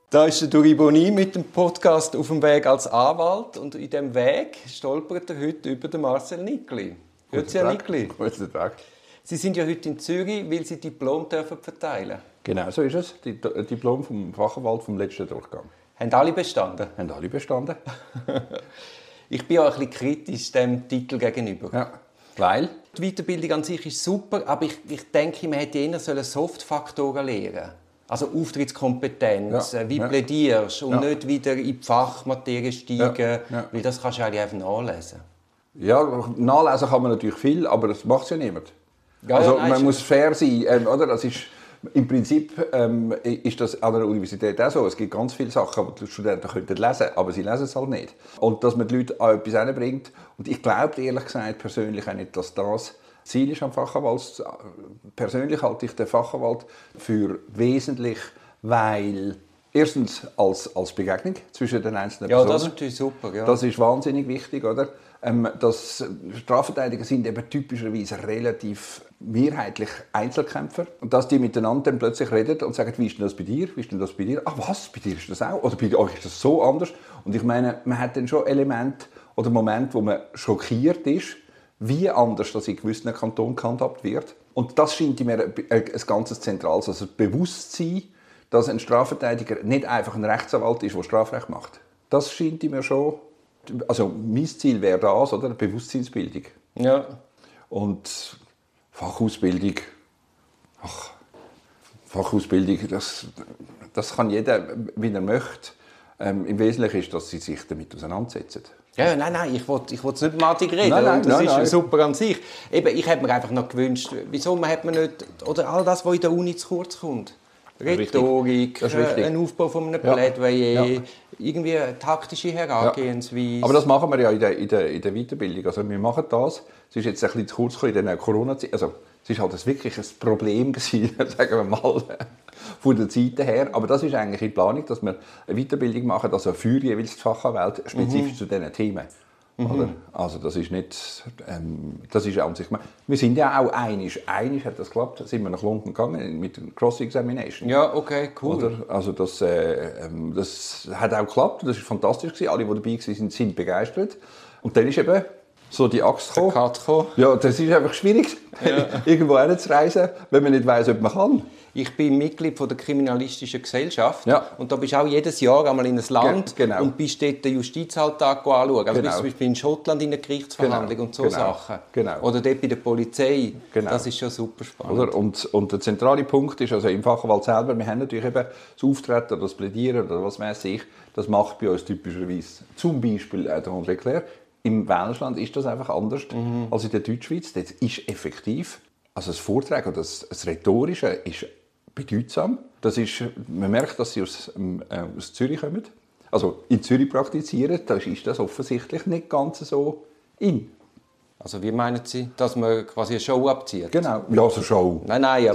Da ist der Duri Boni mit dem Podcast «Auf dem Weg als Anwalt». Und in diesem Weg stolpert er heute über den Marcel Nickli. Grüezi, Herr Nickli. Guten Tag. Sie sind ja heute in Zürich, weil Sie Diplom verteilen dürfen. Genau, so ist es. Diplom vom Fachanwalt vom letzten Durchgang. Haben alle bestanden? Haben alle bestanden. Ich bin auch ein bisschen kritisch dem Titel gegenüber. Ja, weil? Die Weiterbildung an sich ist super, aber ich denke, man hätte eher Soft-Faktoren lernen. Also Auftrittskompetenz, ja, wie plädierst und nicht wieder in die Fachmaterie steigen, weil das kannst du eigentlich einfach nachlesen. Ja, nachlesen kann man natürlich viel, aber das macht es ja niemand. Ja, also nein, man muss fair sein, oder? Das ist, im Prinzip ist das an der Universität auch so. Es gibt ganz viele Sachen, die die Studenten könnten lesen, aber sie lesen es halt nicht. Und dass man die Leute an etwas hinbringt. Und ich glaube ehrlich gesagt persönlich auch nicht, dass das Ziel ist am Fachanwalt. Persönlich halte ich den Fachanwalt für wesentlich, weil erstens als Begegnung zwischen den einzelnen Personen. Ja, das ist natürlich super. Ja. Das ist wahnsinnig wichtig, oder? Dass Strafverteidiger sind eben typischerweise relativ mehrheitlich Einzelkämpfer. Und dass die miteinander dann plötzlich reden und sagen, wie ist denn das bei dir? Wie ist denn das bei dir? Ach was, bei dir ist das auch? Oder bei euch ist das so anders? Und ich meine, man hat dann schon Elemente oder Momente, wo man schockiert ist, wie anders das in gewissen Kantonen gehandhabt wird. Und das scheint mir ein ganz zentrales, also das Bewusstsein, dass ein Strafverteidiger nicht einfach ein Rechtsanwalt ist, der Strafrecht macht. Das scheint mir schon. Also mein Ziel wäre das, oder? Bewusstseinsbildung. Ja. Und Fachausbildung, Fachausbildung, das kann jeder, wie er möchte. Im Wesentlichen ist, dass sie sich damit auseinandersetzen. Ja, nein, ich will nicht Mathematik reden. Nein, das ist nein. super an sich. Eben, ich hätte mir einfach noch gewünscht, wieso hat man nicht, oder all das, was in der Uni zu kurz kommt. Rhetorik, ein Aufbau von einem Plädoyer, irgendwie eine taktische Herangehensweise. Aber das machen wir ja in der Weiterbildung. Also wir machen das. Es ist jetzt ein bisschen zu kurz gekommen in der Corona-Zeit. Also es war halt wirklich ein Problem gewesen, sagen wir mal, von der Zeit her. Aber das ist eigentlich in Planung, dass wir eine Weiterbildung machen, also für jeweils die Fachanwälte spezifisch zu diesen Themen. Oder? Also das ist nicht, das ist an sich. Wir sind ja auch einig hat das geklappt, sind wir nach London gegangen mit der Cross-Examination. Ja, okay, cool. Oder? Also das hat auch geklappt, das war fantastisch gewesen. Alle, die dabei waren, sind begeistert. Und dann ist eben so die Axt gekommen. Ja, das ist einfach schwierig, irgendwo hinzureisen, wenn man nicht weiss, ob man kann. Ich bin Mitglied der Kriminalistischen Gesellschaft und da bist du auch jedes Jahr einmal in ein Land und bist dort den Justizalltag anschauen. Also zum Beispiel in Schottland in der Gerichtsverhandlung und so Sachen. Genau. Oder dort bei der Polizei. Genau. Das ist schon super spannend. Oder? Und der zentrale Punkt ist, also im Fachanwalt selber, wir haben natürlich eben das Auftreten oder das Plädieren oder was weiß ich, das macht bei uns typischerweise zum Beispiel der André Claire. Im Welschland ist das einfach anders als in der Deutschschweiz. Das ist effektiv. Also das Vortrag oder das Rhetorische ist bedeutsam. Das ist, man merkt, dass sie aus Zürich kommen. Also in Zürich praktizieren. Da ist das offensichtlich nicht ganz so in. Also wie meinen Sie, dass man quasi eine Show abzieht? Genau, ja, so Show. Nein, aber...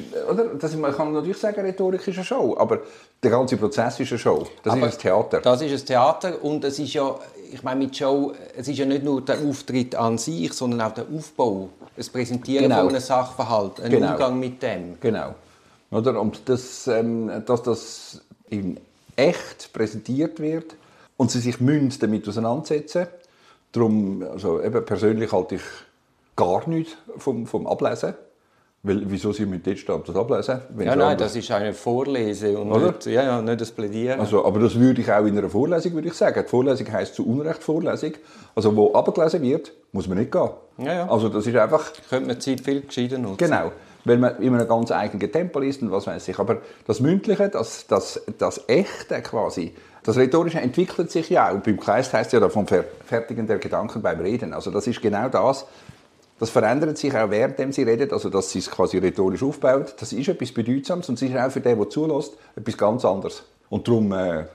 Man kann natürlich sagen, Rhetorik ist eine Show, aber der ganze Prozess ist eine Show. Das ist ein Theater. Das ist ein Theater und es ist ja, ich meine mit Show, es ist ja nicht nur der Auftritt an sich, sondern auch der Aufbau, das Präsentieren von einem Sachverhalt, ein Umgang mit dem. Genau. Oder? Und dass das in echt präsentiert wird und sie sich damit auseinandersetzen. Darum, also eben persönlich halte ich gar nichts vom Ablesen. Weil, wieso sie mit dort stehen, das ablesen? Das ist eine Vorlese und nicht das Plädieren. Also, aber das würde ich auch in einer Vorlesung würde ich sagen. Die Vorlesung heisst zu Unrecht Vorlesung. Also wo abgelesen wird, muss man nicht gehen. Ja. Also das ist einfach... Könnte man Zeit viel gescheiter nutzen. Genau, weil man in einem ganz eigenen Tempo liest und was weiß ich. Aber das Mündliche, das Echte quasi, das Rhetorische entwickelt sich ja auch. Beim Kleist heisst ja vom Verfertigen der Gedanken beim Reden. Also das ist genau das. Das verändert sich auch während sie reden, also dass sie es quasi rhetorisch aufbaut. Das ist etwas Bedeutsames und es ist auch für den, der zulässt, etwas ganz anderes. Und darum,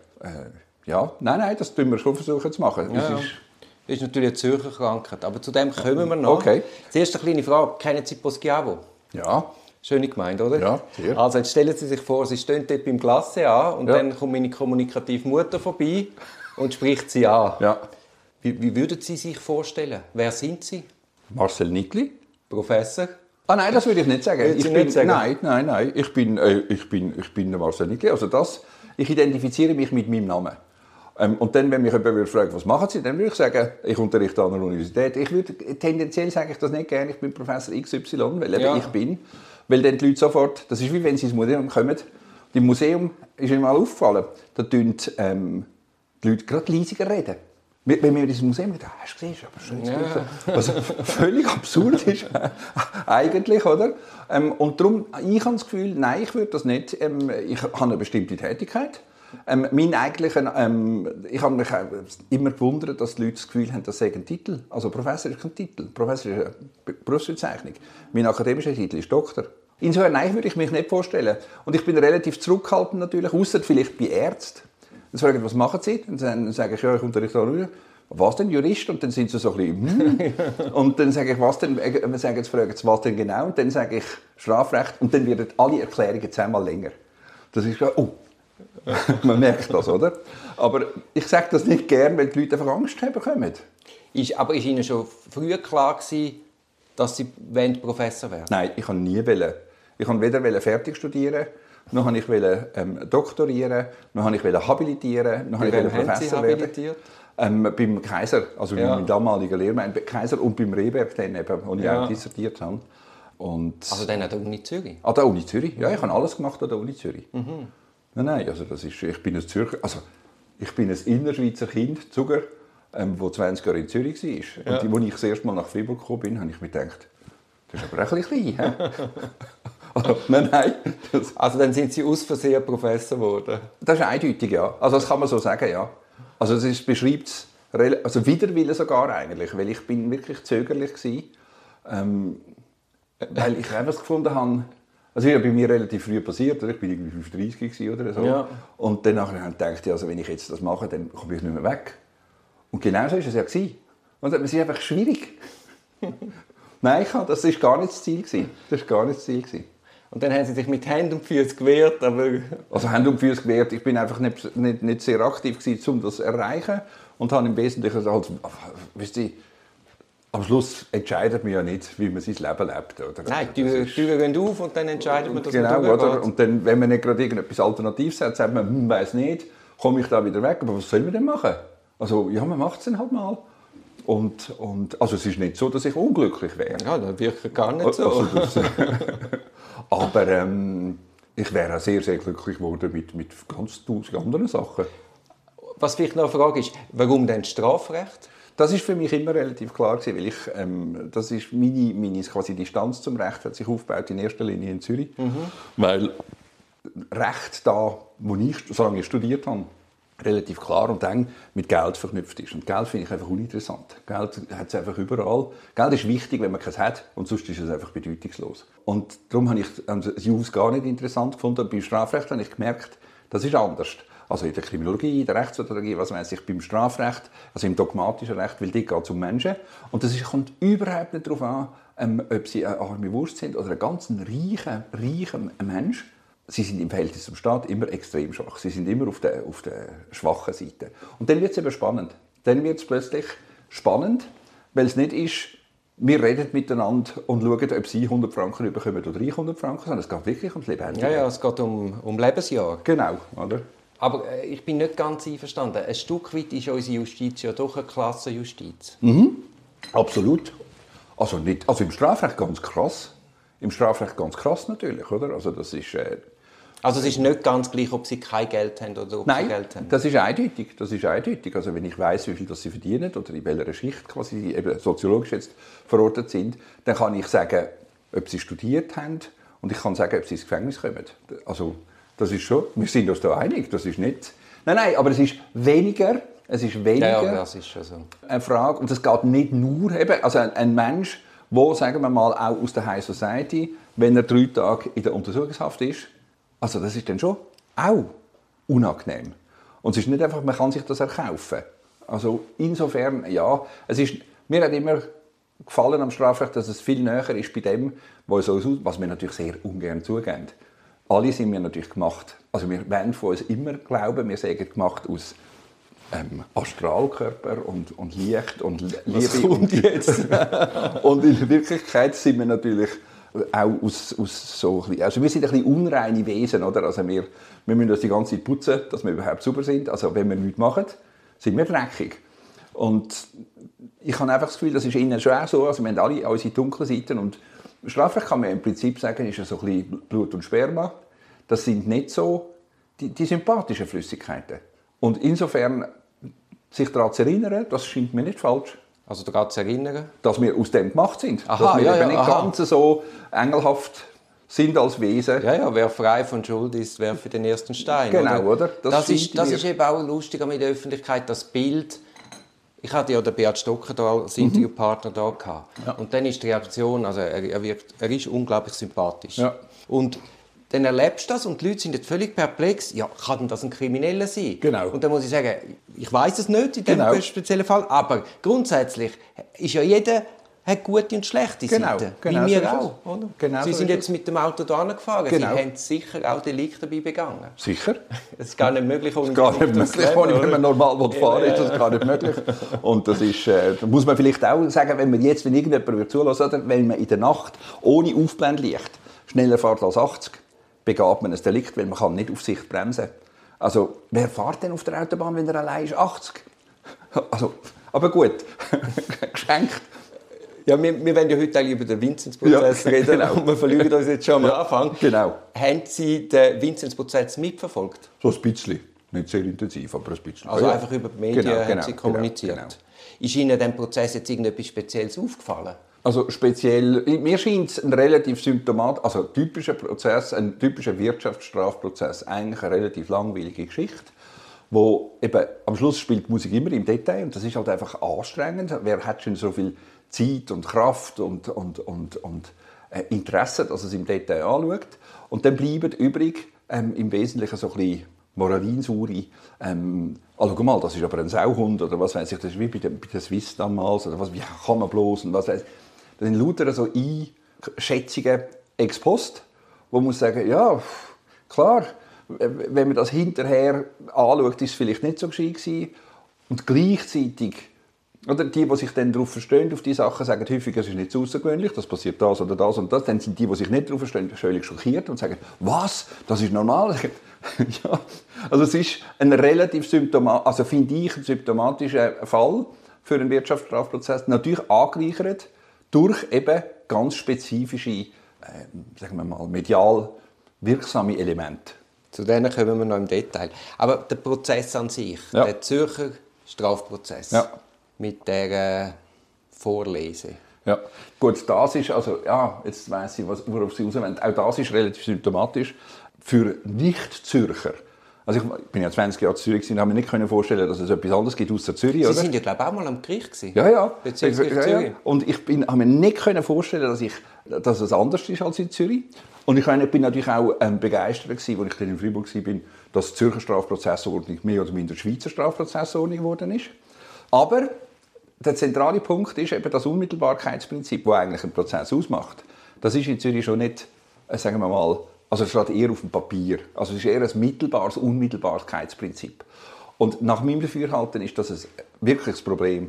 das tun wir schon versuchen zu machen. Das ist natürlich eine Zürcher Krankheit, aber zu dem kommen wir noch. Okay. Zuerst eine kleine Frage, kennen Sie Poschiavo? Ja. Schöne Gemeinde, oder? Ja, sehr. Also jetzt stellen Sie sich vor, Sie stehen dort beim Glasse an und dann kommt meine kommunikative Mutter vorbei und spricht Sie an. Ja. Wie würden Sie sich vorstellen? Wer sind Sie? Marcel Nickli. Professor? Nein, das würde ich nicht sagen. Nein. Nein. Ich bin der Marcel Nickli. Also das ich identifiziere mich mit meinem Namen. Und dann, wenn mich jemand fragt, was machen Sie, dann würde ich sagen, ich unterrichte an einer Universität. Tendenziell sage ich das nicht gerne, ich bin Professor XY, weil eben ich bin. Weil dann die Leute sofort, das ist wie wenn sie ins Museum kommen. Im Museum ist mir mal aufgefallen, da tun die Leute gerade leisiger reden. Wenn wir in diesem Museum nicht hast du gesehen, ist aber schön. Ja. Was völlig absurd ist, eigentlich, oder? Und darum, ich habe das Gefühl, nein, ich würde das nicht. Ich habe eine bestimmte Tätigkeit. Ich habe mich immer gewundert, dass die Leute das Gefühl haben, das sei ein Titel. Also Professor ist kein Titel. Professor ist eine Berufsbezeichnung. Mein akademischer Titel ist Doktor. Insofern, nein, würde ich mich nicht vorstellen. Und ich bin relativ zurückhaltend natürlich, außer vielleicht bei Ärzten. Dann fragen sie, was machen Sie? Und dann sage ich, ja, ich unterrichte an. Was denn, Jurist? Und dann sind sie so ein bisschen, Und dann sage ich, was denn? Fragen sie, was denn genau? Und dann sage ich, Strafrecht. Und dann werden alle Erklärungen 10-mal länger. Das ist oh. Man merkt das, oder? Aber ich sage das nicht gern, weil die Leute einfach Angst bekommen. Aber ist Ihnen schon früher klar gewesen, dass Sie Professor werden? Nein, ich wollte nie. Ich wollte weder fertig studieren, noch wollte ich doktorieren, noch wollte ich habilitieren, noch wollte ich Professor werden. Beim Kaiser, also meinem damaligen Lehrmann, Kaiser und beim Rehberg, dann eben, wo ich auch dissertiert habe. Und also dann an der Uni Zürich? An der Uni Zürich, ja, ich habe alles gemacht an der Uni Zürich. Mhm. Nein, also ich bin ein Zürcher, also ich bin ein Innerschweizer Kind, Zuger, wo 20 Jahre in Zürich war. Ja. Und als ich das erste Mal nach Fribourg gekommen bin, habe ich mir gedacht, das ist aber auch ein bisschen klein. Nein. Also dann sind Sie aus Versehen Professor geworden? Das ist eindeutig, ja. Also das kann man so sagen, ja. Also es beschreibt also Widerwillen sogar eigentlich, weil ich bin wirklich zögerlich war, weil ich einfach gefunden habe, also das ist bei mir relativ früh passiert, ich war irgendwie 35 oder so. Ja. Und dann habe ich gedacht, also wenn ich jetzt das mache, dann komme ich nicht mehr weg. Und genau so war es ja. Und es ist einfach schwierig. Nein, das war gar nicht das Ziel. Und dann haben Sie sich mit Händen und Füßen gewehrt, aber... Also Hände und Füße gewehrt, ich bin einfach nicht sehr aktiv gewesen, um das zu erreichen. Und habe im Wesentlichen gesagt, wisst ihr, am Schluss entscheidet man ja nicht, wie man sein Leben lebt. Oder? Nein, die Türen gehen auf und dann entscheidet man, dass man durchgeht. Oder? Und dann, wenn man nicht gerade irgendetwas Alternatives hat, sagt man, weiss nicht, komme ich da wieder weg, aber was soll man denn machen? Also, ja, man macht es dann halt mal. Und also es ist nicht so, dass ich unglücklich wäre. Ja, das wirkt gar nicht so. Also aber ich wäre auch sehr, sehr glücklich geworden mit ganz tausend anderen Sachen. Was vielleicht noch eine Frage ist, warum denn Strafrecht? Das ist für mich immer relativ klar gewesen, weil das ist meine quasi Distanz zum Recht hat sich aufgebaut in erster Linie in Zürich, weil Recht da, solange ich studiert habe, relativ klar und eng mit Geld verknüpft ist. Und Geld finde ich einfach uninteressant. Geld hat es einfach überall. Geld ist wichtig, wenn man keins hat, und sonst ist es einfach bedeutungslos. Und darum habe ich das Jus gar nicht interessant gefunden. Und beim Strafrecht habe ich gemerkt, das ist anders. Also in der Kriminologie, in der Rechtssoziologie, was weiss ich, beim Strafrecht, also im dogmatischen Recht, weil dort geht es um Menschen. Und das kommt überhaupt nicht darauf an, ob sie eine arme Wurst sind oder ein ganz reicher Mensch. Sie sind im Verhältnis zum Staat immer extrem schwach. Sie sind immer auf der schwachen Seite. Und dann wird es eben spannend. Dann wird es plötzlich spannend, weil es nicht ist, wir reden miteinander und schauen, ob sie 100 Franken bekommen oder 300 Franken, sondern es geht wirklich ums Lebendige. Ja, es geht um Lebensjahr. Genau, oder? Aber ich bin nicht ganz einverstanden. Ein Stück weit ist unsere Justiz ja doch eine Klassenjustiz. Mhm. Absolut. Also im Strafrecht ganz krass. Im Strafrecht ganz krass natürlich, oder? Also das ist... Also es ist nicht ganz gleich, ob sie kein Geld haben oder ob sie Geld haben? Nein, das ist eindeutig. Also wenn ich weiss, wie viel das sie verdienen oder in welcher Schicht quasi eben soziologisch jetzt verortet sind, dann kann ich sagen, ob sie studiert haben und ich kann sagen, ob sie ins Gefängnis kommen. Also das ist schon, wir sind uns da einig, das ist nicht... Nein, aber es ist weniger... Ja, das ist schon so. Eine Frage, und es geht nicht nur eben, also ein Mensch, der, sagen wir mal, auch aus der High Society, wenn er 3 Tage in der Untersuchungshaft ist, also das ist dann schon auch unangenehm. Und es ist nicht einfach, man kann sich das erkaufen. Also insofern, ja, mir hat immer gefallen am Strafrecht, dass es viel näher ist bei dem, was wir natürlich sehr ungern zugeben. Alle sind wir natürlich gemacht, also wir wollen von uns immer glauben, wir sind gemacht aus Astralkörper und Licht und Liebe. Was kommt jetzt? Und in Wirklichkeit sind wir natürlich auch aus so ein, also wir sind ein bisschen unreine Wesen, oder? Also wir müssen uns die ganze Zeit putzen, dass wir überhaupt sauber sind. Also wenn wir nichts machen, sind wir dreckig. Und ich habe einfach das Gefühl, das ist innen schon auch so. Also wir haben alle unsere dunklen Seiten. Und Strafrecht kann man im Prinzip sagen, ist so ein bisschen Blut und Sperma. Das sind nicht so die sympathischen Flüssigkeiten. Und insofern sich daran zu erinnern, das scheint mir nicht falsch. Also daran zu erinnern? Dass wir aus dem gemacht sind. Aha, dass wir eben nicht aha. ganz so engelhaft sind als Wesen. Ja, wer frei von Schuld ist, werfe den ersten Stein. Genau, oder? Das ist eben auch lustig in der Öffentlichkeit, das Bild. Ich hatte ja den Beat Stocker da als Interviewpartner da gehabt. Ja. Und dann ist die Reaktion, also er ist unglaublich sympathisch. Ja. Und dann erlebst du das und die Leute sind jetzt völlig perplex. Ja, kann denn das ein Krimineller sein? Genau. Und dann muss ich sagen, ich weiß es nicht in diesem speziellen Fall, aber grundsätzlich ist ja jeder hat gute und schlechte Seiten. Genau, wie wir so auch. Oder? Genau Sie sind jetzt mit dem Auto da gefahren. Genau. Sie haben sicher auch Delikte dabei begangen. Sicher. Es ist gar nicht möglich, wenn man normal fahren ist das gar nicht möglich. Und das ist, da muss man vielleicht auch sagen, wenn irgendjemand zulassen würde, wenn man in der Nacht ohne Aufblendlicht schneller fährt als 80, begeht man ein Delikt, weil man kann nicht auf Sicht bremsen. Also, wer fährt denn auf der Autobahn, wenn er allein ist? 80? Also, aber gut, geschenkt. Ja, wir wollen ja heute eigentlich über den Vinzenz-Prozess reden. Genau. Und wir verlieren uns jetzt schon am Anfang. Genau. Haben Sie den Vinzenz-Prozess mitverfolgt? So ein bisschen. Nicht sehr intensiv, aber ein bisschen. Also einfach über die Medien haben Sie kommuniziert. Genau. Ist Ihnen in diesem Prozess jetzt irgendetwas Spezielles aufgefallen? Also speziell, mir scheint es ein relativ typischer Prozess, ein typischer Wirtschaftsstrafprozess, eigentlich eine relativ langweilige Geschichte, wo eben am Schluss spielt die Musik immer im Detail und das ist halt einfach anstrengend. Wer hat schon so viel Zeit und Kraft und Interesse, dass er es im Detail anschaut. Und dann bleiben übrig im Wesentlichen so ein bisschen Moralinsauri. Schau mal, das ist aber ein Sauhund oder was weiß ich, das ist wie bei der Swiss damals oder was, wie kann man bloß und was weiß ich. Das sind lauter so Einschätzungen ex post, wo man muss sagen, ja, klar, wenn man das hinterher anschaut, ist es vielleicht nicht so gescheit gewesen. Und gleichzeitig, oder die sich dann darauf verstehen, auf die Sachen, sagen häufig, es ist nicht so außergewöhnlich, das passiert das oder das und das. Dann sind die sich nicht darauf verstehen, völlig schockiert und sagen, was, das ist normal? Ja, also es ist ein relativ finde ich, ein symptomatischer Fall für einen Wirtschaftsstrafprozess. Natürlich angereichert durch eben ganz spezifische, sagen wir mal, medial wirksame Elemente. Zu denen kommen wir noch im Detail. Aber der Prozess an sich, der Zürcher Strafprozess mit der Vorlese. Ja, gut, das ist, also, ja, jetzt weiss ich, worauf Sie rauswenden. Auch das ist relativ symptomatisch für Nicht-Zürcher. Also ich bin ja 20 Jahre in Zürich und habe mir nicht vorstellen, dass es etwas anderes gibt außer Zürich. Sie sind ja, glaube ich, auch mal am Gericht gewesen. Ja. Zürich. Und ich habe mir nicht vorstellen, dass es anders ist als in Zürich. Und ich bin natürlich auch begeistert gewesen, als ich dann in Freiburg war, dass die Zürcher Strafprozessordnung mehr oder minder Schweizer Strafprozessordnung geworden ist. Aber der zentrale Punkt ist eben das Unmittelbarkeitsprinzip, das eigentlich einen Prozess ausmacht. Das ist in Zürich schon nicht, sagen wir mal, also es steht eher auf dem Papier. Also es ist eher ein mittelbares Unmittelbarkeitsprinzip. Und nach meinem Dafürhalten ist das ein wirkliches Problem,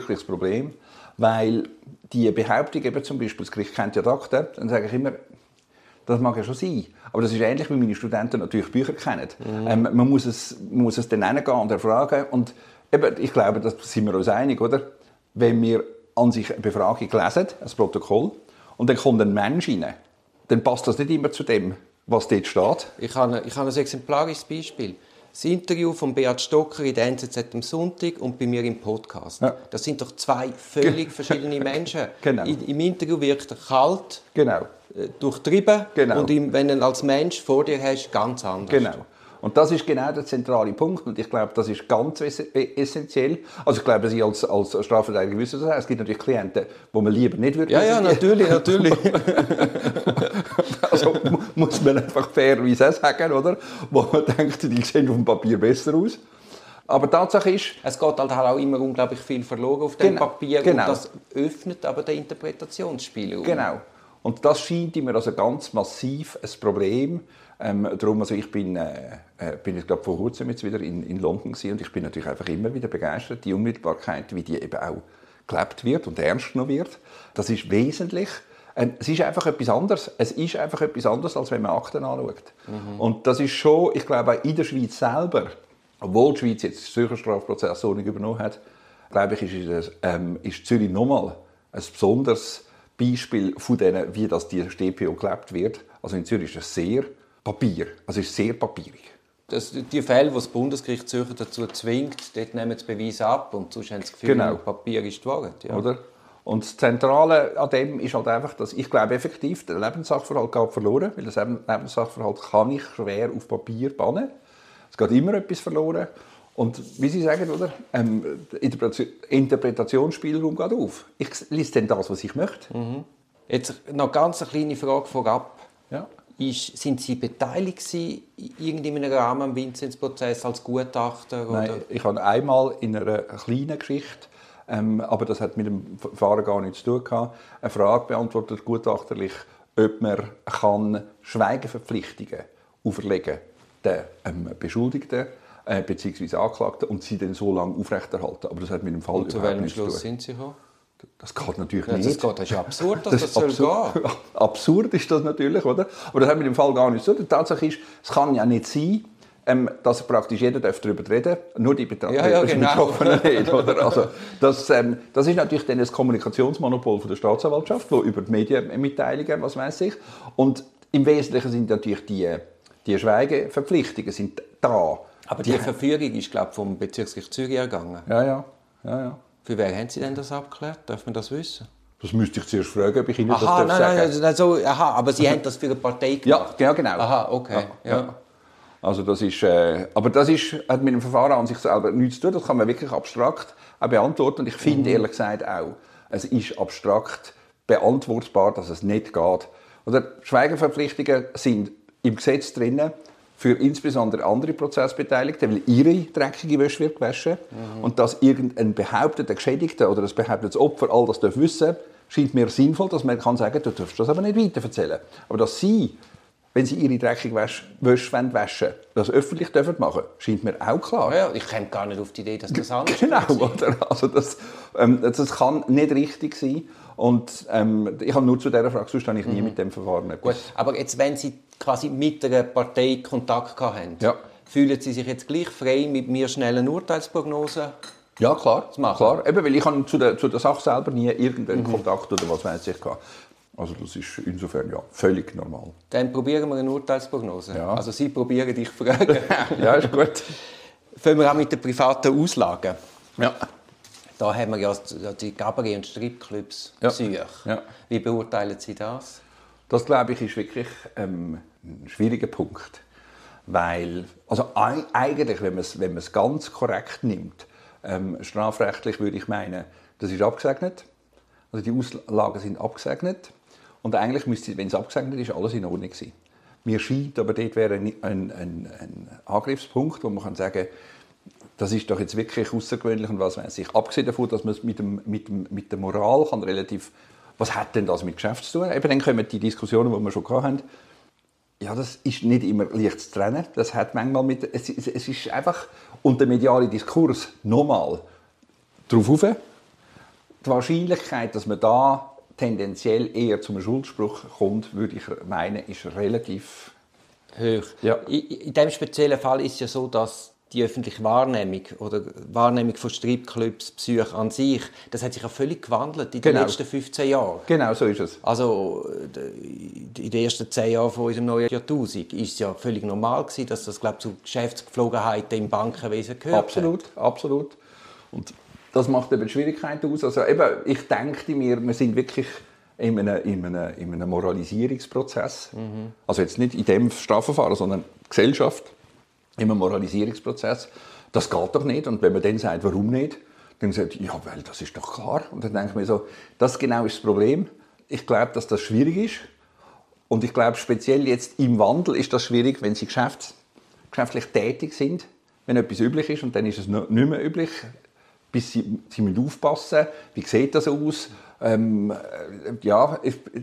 weil die Behauptung eben zum Beispiel, das Gericht kennt ja die Akte, dann sage ich immer, das mag ja schon sein. Aber das ist ähnlich, wie meine Studenten natürlich Bücher kennen. Man muss es dann hingehen und erfragen. Und eben, ich glaube, da sind wir uns einig, oder? Wenn wir an sich eine Befragung lesen, ein Protokoll, und dann kommt ein Mensch rein, dann passt das nicht immer zu dem, was dort steht. Ich habe ein exemplarisches Beispiel. Das Interview von Beat Stocker in der NZZ am Sonntag und bei mir im Podcast. Ja. Das sind doch zwei völlig verschiedene Menschen. Genau. Im Interview wirkt er kalt, durchtrieben und wenn du als Mensch vor dir hast, ganz anders. Genau. Und das ist genau der zentrale Punkt und ich glaube, das ist ganz essentiell. Also ich glaube, Sie als Strafverteidiger wissen das auch. Es gibt natürlich Klienten, die man lieber nicht würde. Ja, natürlich. Also muss man einfach fairerweise sagen, oder? Wo man denkt, die sehen auf dem Papier besser aus. Aber Tatsache ist... Es geht halt auch immer unglaublich viel verloren auf dem Papier und das öffnet aber den Interpretationsspielraum. Genau. Und das scheint mir also ganz massiv ein Problem. Darum, also ich bin ich glaube vor kurzem jetzt wieder in London gewesen, und ich bin natürlich einfach immer wieder begeistert, die Unmittelbarkeit, wie die eben auch gelebt wird und ernst genommen wird. Das ist wesentlich. Es ist einfach etwas anderes. Es ist einfach etwas anderes, als wenn man Akten anschaut. Und das ist schon, ich glaube, auch in der Schweiz selber, obwohl die Schweiz jetzt die Zürcher Strafprozessordnung übernommen hat, glaube ich, ist Zürich nochmal ein besonderes Beispiel von denen, wie das die StPO gelebt wird. Also in Zürich ist es sehr papierig. Die Fälle, die das Bundesgericht Zürich dazu zwingt, dort nehmen sie Beweis ab und sonst haben sie das Gefühl, Genau. Papier ist die Wahrheit. Ja. Oder? Und das Zentrale an dem ist halt einfach, dass ich glaube effektiv, der Lebenssachverhalt geht verloren, weil das Lebenssachverhalt kann ich schwer auf Papier bannen. Es geht immer etwas verloren. Und wie Sie sagen, oder? Interpretationsspielraum geht auf. Ich lese dann das, was ich möchte. Jetzt noch ganz eine kleine Frage vorab. Ja. Sind Sie beteiligt in irgendeinem Rahmen am Vinzenz-Prozess als Gutachter? Oder? Nein, ich habe einmal in einer kleinen Geschichte, aber das hat mit dem Verfahren gar nichts zu tun gehabt, eine Frage beantwortet, gutachterlich, ob man Schweigeverpflichtungen auferlegen kann, den Beschuldigten bzw. Angeklagten, und sie dann so lange aufrechterhalten. Aber das hat mit dem Fall überhaupt nichts zu tun. Zu welchem Schluss sind Sie gekommen? Das geht natürlich nicht. Das ist absurd, dass das soll gehen. Absurd ist das natürlich, oder? Aber das hat mit dem Fall gar nichts zu tun. Die Tatsache ist, es kann ja nicht sein, dass praktisch jeder darüber reden darf, nur die Betroffenen nicht. Oder? Also, das ist natürlich dann das Kommunikationsmonopol von der Staatsanwaltschaft, wo über die Medienmitteilungen, was weiß ich. Und im Wesentlichen sind natürlich die Schweigeverpflichtungen sind da. Aber die Verfügung ist, glaube ich, vom Bezirksgericht Zürich ergangen. Ja. Für wen haben Sie denn das abgeklärt? Darf man das wissen? Das müsste ich zuerst fragen, ob ich Ihnen das sagen darf. Aber Sie haben das für eine Partei gemacht? Ja, genau. Aha, okay. Ja. Also das ist, aber das hat mit dem Verfahren an sich selber nichts zu tun. Das kann man wirklich abstrakt auch beantworten. Und ich finde ehrlich gesagt auch, es ist abstrakt beantwortbar, dass es nicht geht. Oder Schweigeverpflichtungen sind im Gesetz drin für insbesondere andere Prozessbeteiligte, weil ihre dreckige Wäsche wird gewaschen. Und dass irgendein behaupteter Geschädigter oder ein behauptetes Opfer all das wissen darf, scheint mir sinnvoll, dass man kann sagen, du darfst das aber nicht weiterverzählen. Aber dass sie, wenn sie ihre dreckige Wäsche waschen wollen, das öffentlich machen dürfen, scheint mir auch klar. Ja, ich komme gar nicht auf die Idee, dass das anders ist. Genau, oder? Also das kann nicht richtig sein. Und ich habe nur zu dieser Frage, sonst habe ich nie mit dem Verfahren etwas. Gut, aber jetzt, wenn Sie quasi mit einer Partei Kontakt hatten, ja. Fühlen Sie sich jetzt gleich frei, mit mir schnell eine Urteilsprognose ja, klar, zu machen? Klar. Eben, weil ich habe zu der Sache selber nie irgendeinen Kontakt oder was weiß ich gehabt. Also das ist insofern ja völlig normal. Dann probieren wir eine Urteilsprognose. Ja. Also Sie probieren, ich frage. Ja, ist gut. Fangen wir an mit den privaten Auslagen. Ja. Da haben wir ja die Cabaret- und Stripclubs Zürich. Ja. Wie beurteilen Sie das? Das, glaube ich, ist wirklich ein schwieriger Punkt. Weil, also eigentlich, wenn man es ganz korrekt nimmt, strafrechtlich würde ich meinen, das ist abgesegnet. Also die Auslagen sind abgesegnet. Und eigentlich müsste, wenn es abgesegnet ist, alles in Ordnung sein. Mir scheint, aber dort wäre ein Angriffspunkt, wo man kann sagen, das ist doch jetzt wirklich außergewöhnlich und was weiß ich. Abgesehen davon, dass man es mit der Moral kann relativ, was hat denn das mit Geschäft zu tun? Eben dann kommen die Diskussionen, die wir schon hatten. Ja, das ist nicht immer leicht zu trennen. Das hat manchmal es ist einfach, und der mediale Diskurs nochmal darauf rauf. Die Wahrscheinlichkeit, dass man da tendenziell eher zum Schuldsspruch kommt, würde ich meinen, ist relativ hoch. Ja. In diesem speziellen Fall ist es ja so, dass die öffentliche Wahrnehmung oder Wahrnehmung von Stripclubs, Psyche an sich, das hat sich ja völlig gewandelt in den letzten 15 Jahren. Genau, so ist es. Also in den ersten 10 Jahren von unserem neuen Jahrtausend war es ja völlig normal gewesen, dass das, glaube ich, zu Geschäftsgeflogenheiten im Bankenwesen gehört. Absolut. Und das macht eben die Schwierigkeit aus. Also eben, ich denke mir, wir sind wirklich in einem Moralisierungsprozess. Also jetzt nicht in dem Strafverfahren, sondern die Gesellschaft. In einem Moralisierungsprozess. Das geht doch nicht. Und wenn man dann sagt, warum nicht, dann sagt ja, weil das ist doch klar. Und dann denke ich mir so, das genau ist das Problem. Ich glaube, dass das schwierig ist. Und ich glaube, speziell jetzt im Wandel ist das schwierig, wenn Sie geschäftlich tätig sind, wenn etwas üblich ist. Und dann ist es nicht mehr üblich. Bis Sie müssen aufpassen, wie sieht das aus? Aber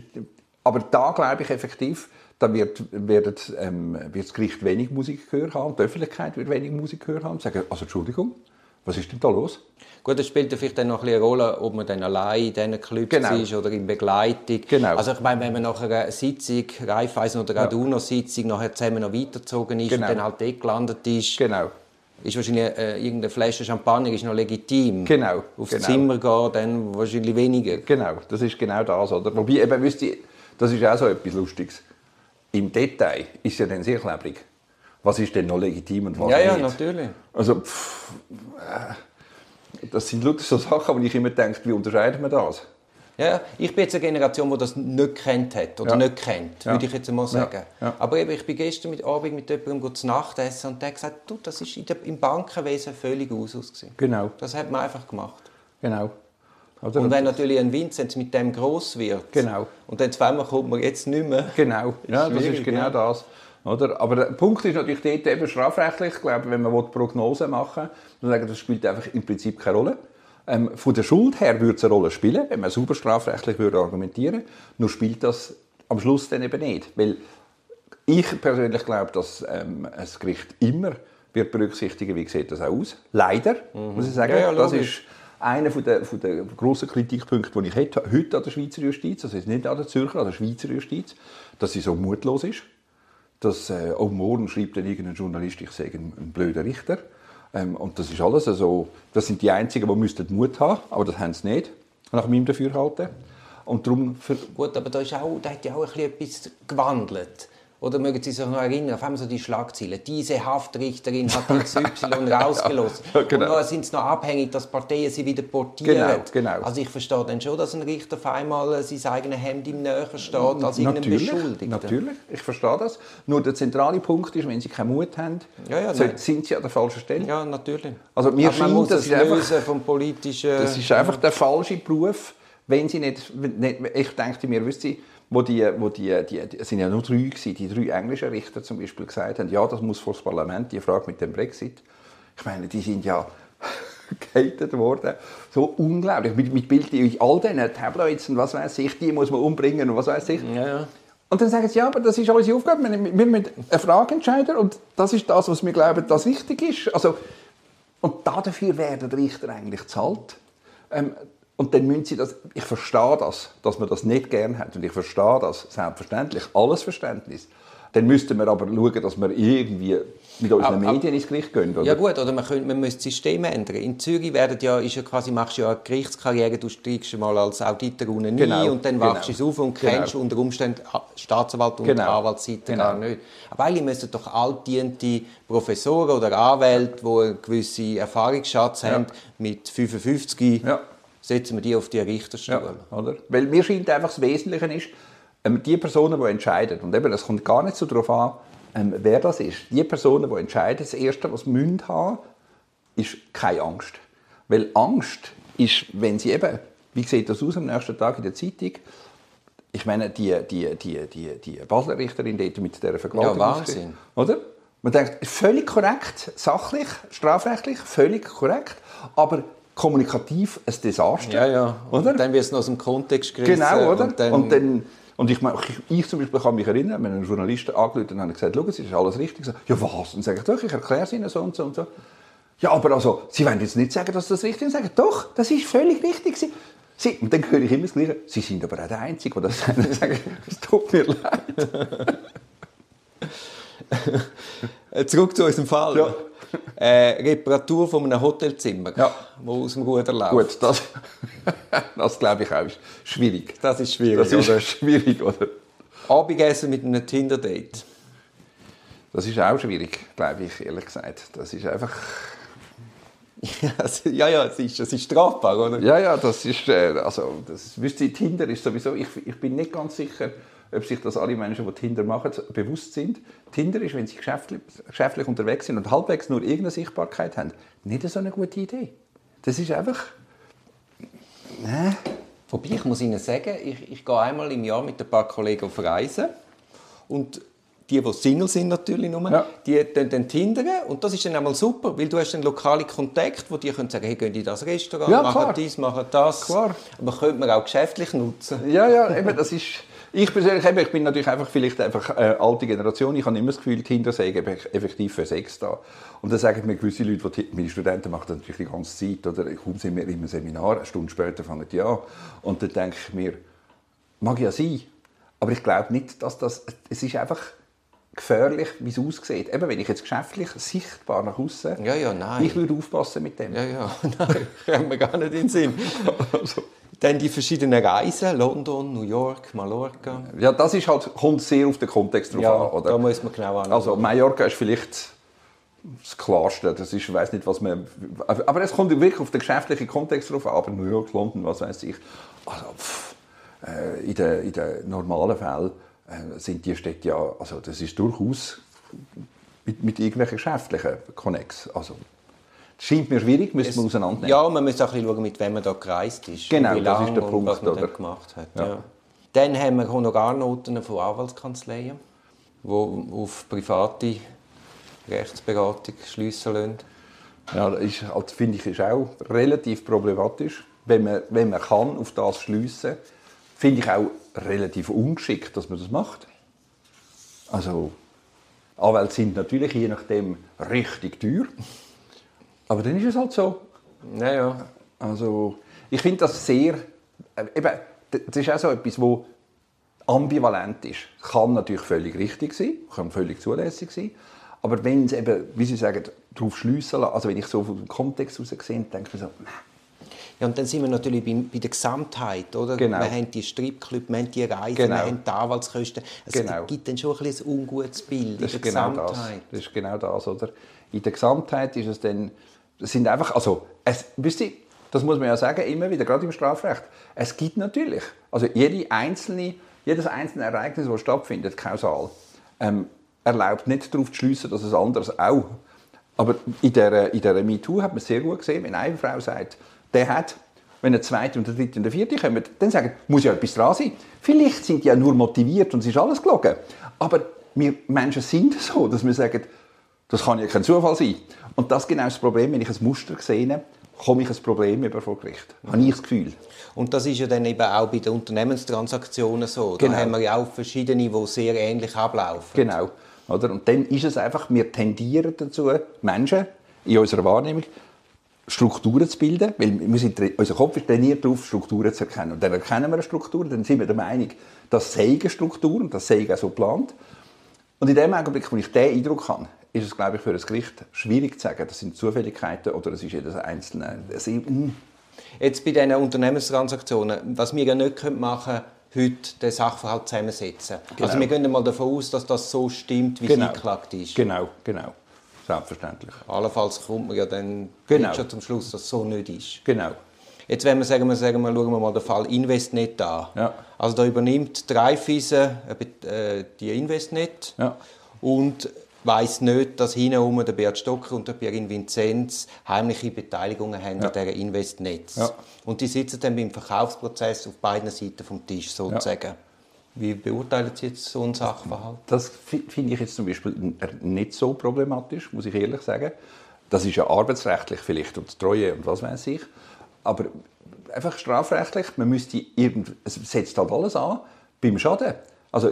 da glaube ich effektiv, da wird das Gericht wenig Musikgehör haben, die Öffentlichkeit wird wenig Musikgehör haben. Sagen, also Entschuldigung, Was ist denn da los? Gut, das spielt vielleicht dann noch ein bisschen eine Rolle, ob man dann allein in diesen Clubs ist oder in Begleitung. Genau. Also ich meine, wenn man nach einer Sitzung, Raiffeisen oder gerade UNO-Sitzung, nachher zusammen noch weitergezogen ist und dann halt dort gelandet ist, ist wahrscheinlich irgendeine Flasche Champagner ist noch legitim. Aufs Zimmer gehen, dann wahrscheinlich weniger. Genau, das ist genau das, oder? Wobei, eben, das ist auch so etwas Lustiges. Im Detail ist es ja dann sehr klebrig. Was ist denn noch legitim und was nicht? Ja, natürlich. Also, das sind lauter so Sachen, wo ich immer denke, wie unterscheidet man das? Ja, ich bin jetzt eine Generation, die das nicht gekannt hat oder nicht kennt, würde ich jetzt einmal sagen. Ja. Aber eben, ich bin gestern mit Abend mit jemandem zu Nacht essen und der hat gesagt, du, das ist im Bankenwesen völlig Usus gewesen. Genau. Das hat man einfach gemacht. Genau. Oder? Und wenn natürlich ein Vincent mit dem gross wird und dann zweimal kommt man jetzt nicht mehr. Genau, ja, das ist genau das. Oder? Aber der Punkt ist natürlich dort eben strafrechtlich, ich glaube, wenn man Prognosen machen will, dann sagen, das spielt einfach im Prinzip keine Rolle. Von der Schuld her würde es eine Rolle spielen, wenn man sauber strafrechtlich würde argumentieren, nur spielt das am Schluss dann eben nicht. Weil ich persönlich glaube, dass ein Gericht immer wird berücksichtigen, wie sieht das auch aus. Leider, muss ich sagen. Das ist einer der grossen Kritikpunkte, die ich heute an der Schweizer Justiz, also nicht an der Zürcher, an der Schweizer Justiz, dass sie so mutlos ist. Dass auch morgen schreibt dann irgendein Journalist, ich sage ein blöder Richter. Und das ist alles so. Das sind die Einzigen, die Mut haben, aber das haben sie nicht, nach meinem Dafürhalten. Und darum Gut, aber da hat ja auch etwas gewandelt. Oder mögen Sie sich noch erinnern, auf einmal so die Schlagzeilen. Diese Haftrichterin hat XY rausgelassen. Und dann sind sie noch abhängig, dass Parteien sie wieder portieren. Genau. Also ich verstehe dann schon, dass ein Richter auf einmal sein eigenes Hemd ihm näher steht als irgendein Beschuldigter. Natürlich, ich verstehe das. Nur der zentrale Punkt ist, wenn sie keinen Mut haben, sind sie an der falschen Stelle. Ja, natürlich. Also mir man scheint, muss das es lösen vom politischen... Das ist einfach der falsche Beruf, wenn sie nicht ich denke mir, wisst ihr, wo die sind ja nur 3 gewesen, die 3 englischen Richter zum Beispiel gesagt haben, ja, das muss vor das Parlament, die Frage mit dem Brexit. Ich meine, die sind ja gehatet worden, so unglaublich, mit Bildern in all diesen Tabloids und was weiß ich, die muss man umbringen und was weiß ich. Ja. Und dann sagen sie, ja, aber das ist unsere Aufgabe, wir müssen eine Frage entscheiden und das ist das, was wir glauben, das wichtig ist. Also, und dafür werden die Richter eigentlich bezahlt. Und dann müssen sie das, ich verstehe das, dass man das nicht gerne hat und ich verstehe das, selbstverständlich, alles Verständnis. Dann müssten wir aber schauen, dass wir irgendwie mit unseren Medien ins Gericht gehen. Oder? Ja gut, oder man müsste das System ändern. In Zürich machst du ja eine Gerichtskarriere, du steigst mal als Auditor unten ein und dann wachst du es auf und kennst unter Umständen Staatsanwalt und Anwaltsseite gar nicht. Aber eigentlich müssten doch altdiente Professoren oder Anwälte, die einen gewissen Erfahrungsschatz haben, mit 55 setzen wir die auf die Richterstuhl. Ja, oder? Weil mir scheint einfach, das Wesentliche ist, die Personen, die entscheiden, und eben, es kommt gar nicht so darauf an, wer das ist. Die Personen, die entscheiden, das Erste, was sie haben, ist keine Angst. Weil Angst ist, wenn sie eben, wie sieht das aus am nächsten Tag in der Zeitung, ich meine, die Basler Richterin dort mit dieser Vergewaltigung. Ja, Wahnsinn. Oder? Man denkt, völlig korrekt, sachlich, strafrechtlich, völlig korrekt, aber kommunikativ ein Desaster. Ja. Und oder? Dann wird es noch aus dem Kontext gerissen. Genau, oder? Und ich zum Beispiel kann mich erinnern, wenn ein Journalist angerufen hat und gesagt, schau, es ist alles richtig. Ja, was? Und sage ich, doch, ich erkläre es Ihnen so und so und so. Ja, aber also, Sie wollen jetzt nicht sagen, dass das richtig ist. Sagen, doch, das ist völlig richtig. Und dann höre ich immer das Gleiche. Sie sind aber auch der Einzige, der das sagen. Es tut mir leid. Zurück zu unserem Fall. Ja. Reparatur von einem Hotelzimmer, das aus dem Ruder läuft. Gut, das glaube ich auch ist schwierig. Das ist schwierig, das ist schwierig, oder? Abendessen mit einem Tinder-Date. Das ist auch schwierig, glaube ich, ehrlich gesagt. Das ist einfach... es ist strafbar, oder? Ja, das ist... Tinder ist sowieso... Ich bin nicht ganz sicher, ob sich das alle Menschen, die Tinder machen, bewusst sind. Tinder ist, wenn sie geschäftlich unterwegs sind und halbwegs nur irgendeine Sichtbarkeit haben, nicht so eine gute Idee. Das ist einfach... Wobei, ich muss Ihnen sagen, ich gehe einmal im Jahr mit ein paar Kollegen auf Reisen und die Single sind natürlich nur, die dann tindern und das ist dann einmal super, weil du hast dann lokale Kontakte, wo die können sagen, hey, gehen in das Restaurant, machen dies, machen das. Klar. Aber könnte man auch geschäftlich nutzen. Ja, eben, das ist... Ich persönlich ich bin natürlich vielleicht alte Generation. Ich habe immer das Gefühl, die Kinder seien effektiv für Sex da. Und dann sagen mir gewisse Leute, meine Studenten machen das natürlich die ganze Zeit. Oder kaum sind wir im Seminar, eine Stunde später fangen die an. Und dann denke ich mir, mag ja sein, aber ich glaube nicht, dass es ist einfach gefährlich, wie es aussieht. Eben, wenn ich jetzt geschäftlich sichtbar nach außen, nein. Ich würde aufpassen mit dem. Nein, kommt mir gar nicht in den Sinn. Also. Dann die verschiedenen Reisen, London, New York, Mallorca. Ja, das ist halt, kommt sehr auf den Kontext drauf an. Oder? Da muss man genau anschauen. Also Mallorca ist vielleicht das Klarste. Das ist, ich weiss nicht, was man... Aber es kommt wirklich auf den geschäftlichen Kontext drauf an. Aber New York, London, was weiß ich. Also, in den normalen Fällen sind die Städte ja... Also das ist durchaus mit irgendwelchen geschäftlichen Connex. Also, das scheint mir schwierig, müssen wir auseinandernehmen. Ja, man muss auch ein bisschen schauen, mit wem man da gereist ist. Genau, wie lange das ist der Punkt, was man dann gemacht hat. Ja. Dann haben wir Honorarnoten von Anwaltskanzleien, die auf private Rechtsberatung schliessen lassen. Ja, das finde ich ist auch relativ problematisch. Wenn man kann auf das schliessen, finde ich auch relativ ungeschickt, dass man das macht. Also, Anwälte sind natürlich je nachdem richtig teuer. Aber dann ist es halt so. Ja. Also, ich finde das sehr... Eben, das ist auch so etwas, das ambivalent ist. Es kann natürlich völlig richtig sein, kann völlig zulässig sein. Aber wenn es eben, wie Sie sagen, darauf schliessen lassen, also wenn ich so vom Kontext heraus sehe, denke ich so, Ja, und dann sind wir natürlich bei der Gesamtheit, oder? Genau. Wir haben die Stripclubs, wir haben die Reisen, genau. wir haben die Anwaltskosten. Es gibt dann schon ein ungutes Bild das in der Gesamtheit. Das ist genau das, oder? In der Gesamtheit ist es dann, das sind einfach, also, wisst ihr, das muss man ja sagen, immer wieder, gerade im Strafrecht, es gibt natürlich, also jedes einzelne Ereignis, das stattfindet, kausal, erlaubt nicht darauf zu schliessen, dass es anderes auch. Aber in der MeToo hat man sehr gut gesehen, wenn eine Frau sagt, der hat, wenn der zweite und der dritte und der vierte kommen, dann sagen, muss ja etwas dran sein. Vielleicht sind die ja nur motiviert und es ist alles gelogen. Aber wir Menschen sind so, dass wir sagen, das kann ja kein Zufall sein. Und das ist genau das Problem, wenn ich ein Muster sehe, komme ich ein Problem über vor Gericht. Habe ich das Gefühl. Und das ist ja dann eben auch bei den Unternehmenstransaktionen so. Da haben wir ja auch verschiedene, die sehr ähnlich ablaufen. Genau. Oder? Und dann ist es einfach, wir tendieren dazu, Menschen in unserer Wahrnehmung Strukturen zu bilden, weil unser Kopf ist trainiert darauf, Strukturen zu erkennen. Und dann erkennen wir eine Struktur, dann sind wir der Meinung, das sei eine Struktur und das sei auch so geplant. Und in dem Augenblick, wo ich diesen Eindruck habe, ist es, glaube ich, für ein Gericht schwierig zu sagen, das sind Zufälligkeiten oder es ist jedes einzelne. Jetzt bei diesen Unternehmenstransaktionen, was wir ja nicht machen können, heute den Sachverhalt zusammensetzen. Genau. Also wir gehen mal davon aus, dass das so stimmt, wie es eingeklagt ist. Genau. Selbstverständlich. Allenfalls kommt man ja dann schon zum Schluss, dass es so nicht ist. Genau. Jetzt, wenn wir sagen, schauen wir mal den Fall Investnet an. Ja. Also da übernimmt die Raiffeisen die Investnet und weiss nicht, dass hinten der Bert Stocker und der Pierin Vinzenz heimliche Beteiligungen haben an dieser Investnetz. Ja. Und die sitzen dann beim Verkaufsprozess auf beiden Seiten des Tisches sozusagen. Ja. Wie beurteilen Sie jetzt so einen Sachverhalt? Das finde ich jetzt zum Beispiel nicht so problematisch, muss ich ehrlich sagen. Das ist ja arbeitsrechtlich vielleicht und Treue und was weiß ich. Aber einfach strafrechtlich, es setzt halt alles an beim Schaden. Also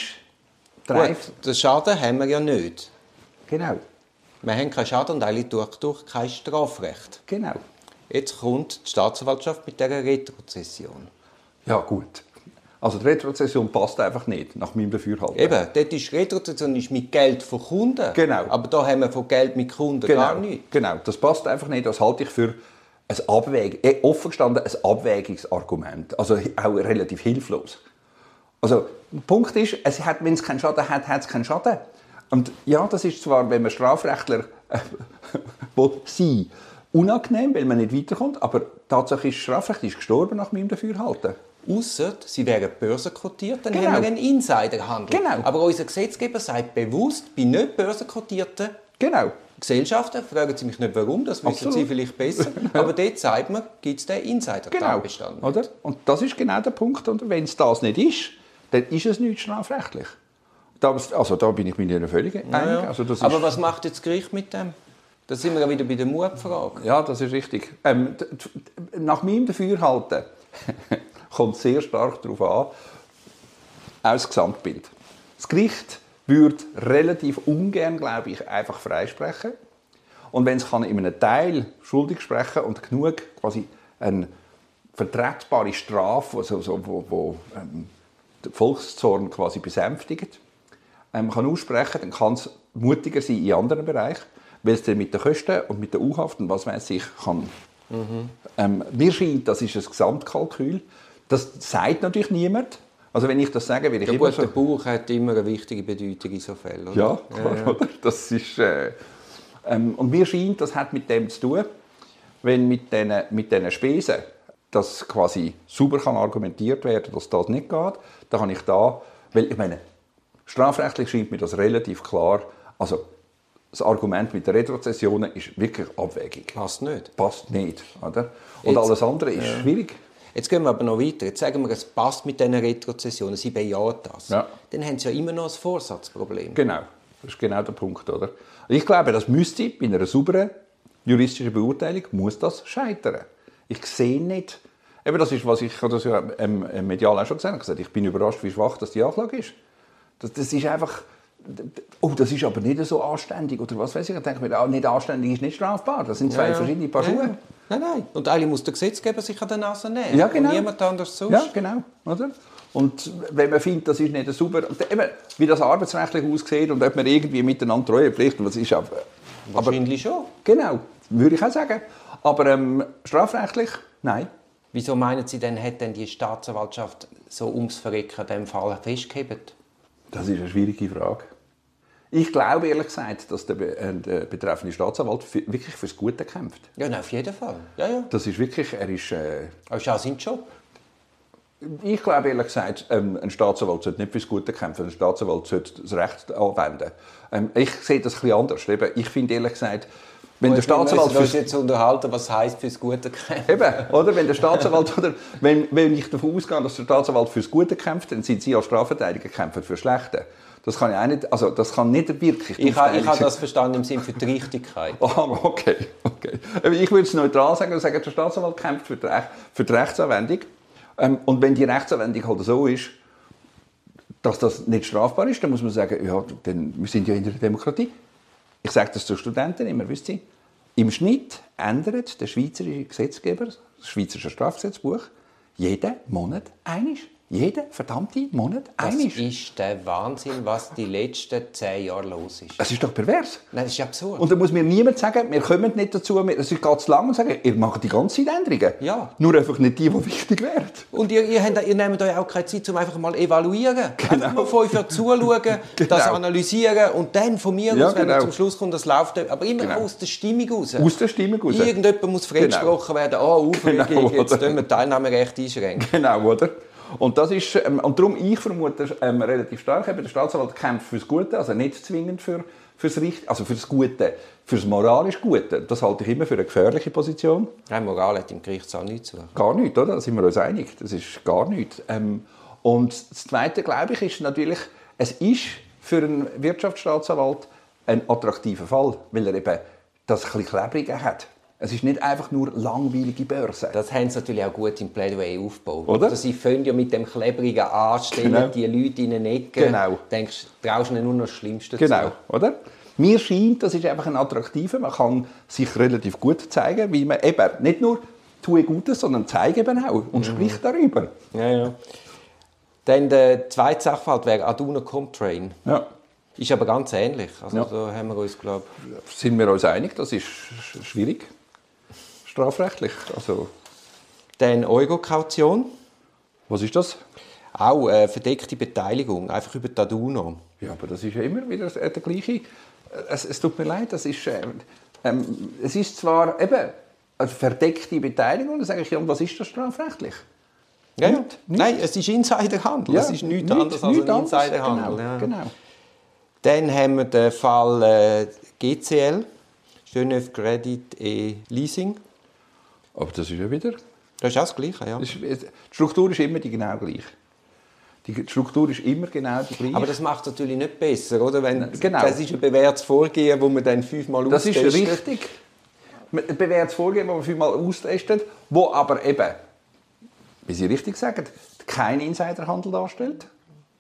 den Schaden haben wir ja nicht. Genau. Wir haben keinen Schaden und eigentlich durch kein Strafrecht. Genau. Jetzt kommt die Staatsanwaltschaft mit dieser Retrozession. Ja, gut. Also die Retrozession passt einfach nicht, nach meinem Dafürhalten. Eben, dort ist Retrozession mit Geld von Kunden. Genau. Aber da haben wir von Geld mit Kunden gar nichts. Genau, das passt einfach nicht. Das halte ich für offen gestanden ein Abwägungsargument. Also auch relativ hilflos. Also der Punkt ist, wenn es keinen Schaden hat, hat es keinen Schaden. Und ja, das ist zwar, wenn man Strafrechtler sein unangenehm, weil man nicht weiterkommt, aber tatsächlich ist Strafrecht gestorben nach meinem Dafürhalten. Ausser, sie wären börsenkotiert, dann haben wir einen Insiderhandel. Genau. Aber unser Gesetzgeber sagt bewusst, bei nicht börsenkotierten Gesellschaften, fragen Sie mich nicht warum, das wissen Sie vielleicht besser, aber dort sagt man, gibt es den Insider-Tatbestand. Genau. Oder? Und das ist genau der Punkt. Und wenn es das nicht ist, dann ist es nicht strafrechtlich. Also da bin ich mir nicht völlig einig. Ja. Also das aber was macht jetzt das Gericht mit dem? Da sind wir ja wieder bei der Mutfrage. Ja, das ist richtig. Nach meinem Dafürhalten kommt es sehr stark darauf an, auch das Gesamtbild. Das Gericht würde relativ ungern, glaube ich, einfach freisprechen. Und wenn es kann in einem Teil schuldig sprechen und genug quasi eine vertretbare Strafe, wo den Volkszorn quasi besänftigt, kann aussprechen, dann kann es mutiger sein in anderen Bereichen, weil es dann mit den Kosten und mit der U-Haft und was weiß ich kann. Mir scheint, das ist ein Gesamtkalkül. Das sagt natürlich niemand. Also wenn ich das sage, will ich ja, immer gut, der Bauch hat immer eine wichtige Bedeutung in so Fällen. Oder? Ja, klar, oder? Das ist, und mir scheint, das hat mit dem zu tun, wenn mit diesen Spesen das quasi sauber kann argumentiert werden, dass das nicht geht, dann kann ich da, weil ich meine, strafrechtlich scheint mir das relativ klar, also das Argument mit den Retrozessionen ist wirklich abwägig. Passt nicht. Passt nicht, oder? Und Jetzt, alles andere ist schwierig. Jetzt gehen wir aber noch weiter. Jetzt sagen wir, es passt mit diesen Retrozessionen, sie bejahen das. Ja. Dann haben sie ja immer noch ein Vorsatzproblem. Genau, das ist genau der Punkt, oder? Ich glaube, das müsste bei einer sauberen juristischen Beurteilung muss das scheitern. Ich sehe nicht, eben das ist, was ich das ja medial auch schon gesagt habe, ich bin überrascht, wie schwach das die Anklage ist. Das ist einfach, oh, das ist aber nicht so anständig oder was weiß ich. Ich denke mir, nicht anständig ist nicht strafbar. Das sind zwei verschiedene Paar Schuhe. Ja. Nein. Und eigentlich muss der Gesetzgeber sich an der Nase nehmen. Ja, genau. Und niemand anders sonst. Ja, genau. Oder? Und wenn man findet, das ist nicht sauber, eben, wie das arbeitsrechtlich aussieht und ob man irgendwie miteinander Treue pflichtet, das ist wahrscheinlich schon. Genau, würde ich auch sagen. Aber strafrechtlich, nein. Wieso meinen Sie denn, hat denn die Staatsanwaltschaft so ums Verrecken in diesem Fall festgehalten? Das ist eine schwierige Frage. Ich glaube ehrlich gesagt, dass der betreffende Staatsanwalt wirklich fürs Gute kämpft. Ja, auf jeden Fall. Ja. Das ist wirklich, er ist auch sein Job. Ich glaube ehrlich gesagt, ein Staatsanwalt sollte nicht fürs Gute kämpfen, ein Staatsanwalt sollte das Recht anwenden. Ich sehe das ein bisschen anders. Ich finde ehrlich gesagt, wenn der Staatsanwalt wir müssen uns jetzt unterhalten, was heisst fürs Gute kämpfen. Eben, oder? Wenn der Staatsanwalt oder wenn ich davon ausgehe, dass der Staatsanwalt fürs Gute kämpft, dann sind Sie als Strafverteidiger kämpfen für Schlechte. Das kann ja auch nicht, also das kann nicht wirklich. Ich habe das verstanden im Sinne für die Richtigkeit. Okay. Ich würde es neutral sagen, der Staatsanwalt kämpft für die Rechtsanwendung. Und wenn die Rechtsanwendung halt so ist, dass das nicht strafbar ist, dann muss man sagen, ja, denn wir sind ja in der Demokratie. Ich sage das zu Studenten immer, wisst ihr? Im Schnitt ändert der schweizerische Gesetzgeber, das Schweizerische Strafgesetzbuch, jeden Monat einmal. Jeden verdammten Monat einmal. Das ist der Wahnsinn, was die letzten 10 Jahre los ist. Es ist doch pervers. Nein, das ist absurd. Und da muss mir niemand sagen, wir kommen nicht dazu, es geht zu lang und sagen, ihr macht die ganze Zeit Änderungen. Ja. Nur einfach nicht die wichtig wären. Und ihr nehmt euch auch keine Zeit, um einfach mal evaluieren. Genau. Einfach mal 5 Jahre zuschauen, das analysieren und dann von mir aus, wenn ihr zum Schluss kommt, das läuft. Aber immer aus der Stimmung raus. Aus der Stimmung raus. Irgendjemand muss freigesprochen werden. Aufregung, jetzt tun wir Teilnahmerecht einschränken. Genau, oder? Und das ist, und darum, ich vermute relativ stark, der Staatsanwalt kämpft fürs Gute, also nicht zwingend fürs Richtige, also fürs Gute, fürs moralisch Gute. Das halte ich immer für eine gefährliche Position. Nein, Moral hat im Gerichtssaal nichts zu tun. Gar nichts, oder? Da sind wir uns einig. Das ist gar nichts. Und das Zweite, glaube ich, ist natürlich, es ist für einen Wirtschaftsstaatsanwalt ein attraktiver Fall, weil er eben das ein bisschen Klebrige hat. Es ist nicht einfach nur langweilige Börse. Das haben sie natürlich auch gut im Plädoyer aufgebaut. Oder? Sie fangen ja mit dem klebrigen Anstellen die Leute in eine Ecke. Genau. Denkst, traust du nur noch das Schlimmste Genau, zu. oder? Mir scheint, das ist einfach ein attraktiver. Man kann sich relativ gut zeigen, weil man eben nicht nur tue Gutes, sondern zeige eben auch und spricht darüber. Ja. Dann der zweite Sachverhalt wäre Aduna Comtrain. Ja. Ist aber ganz ähnlich. Also da haben wir uns, glaube ich... Sind wir uns einig, das ist schwierig. Strafrechtlich. Also. Dann Euro-Kaution. Was ist das? Auch verdeckte Beteiligung, einfach über die Aduna. Ja, aber das ist ja immer wieder der gleiche. Es tut mir leid, das ist, es ist zwar eben eine verdeckte Beteiligung, dann sage ich, ja, was ist das strafrechtlich? Ja. Nein, es ist Insiderhandel. Es ist nichts anderes als ein Insiderhandel. Genau. Dann haben wir den Fall GCL, Genève Credit et Leasing. Aber das ist ja wieder... Das ist auch das Gleiche, ja. Die Struktur ist immer genau gleich. Die Struktur ist immer genau die gleiche. Aber das macht es natürlich nicht besser, oder? Genau. Das ist ein bewährtes Vorgehen, das man dann 5-mal austestet. Das ist richtig. Ein bewährtes Vorgehen, das man 5-mal austestet, das aber eben, wie Sie richtig sagen, keinen Insiderhandel darstellt.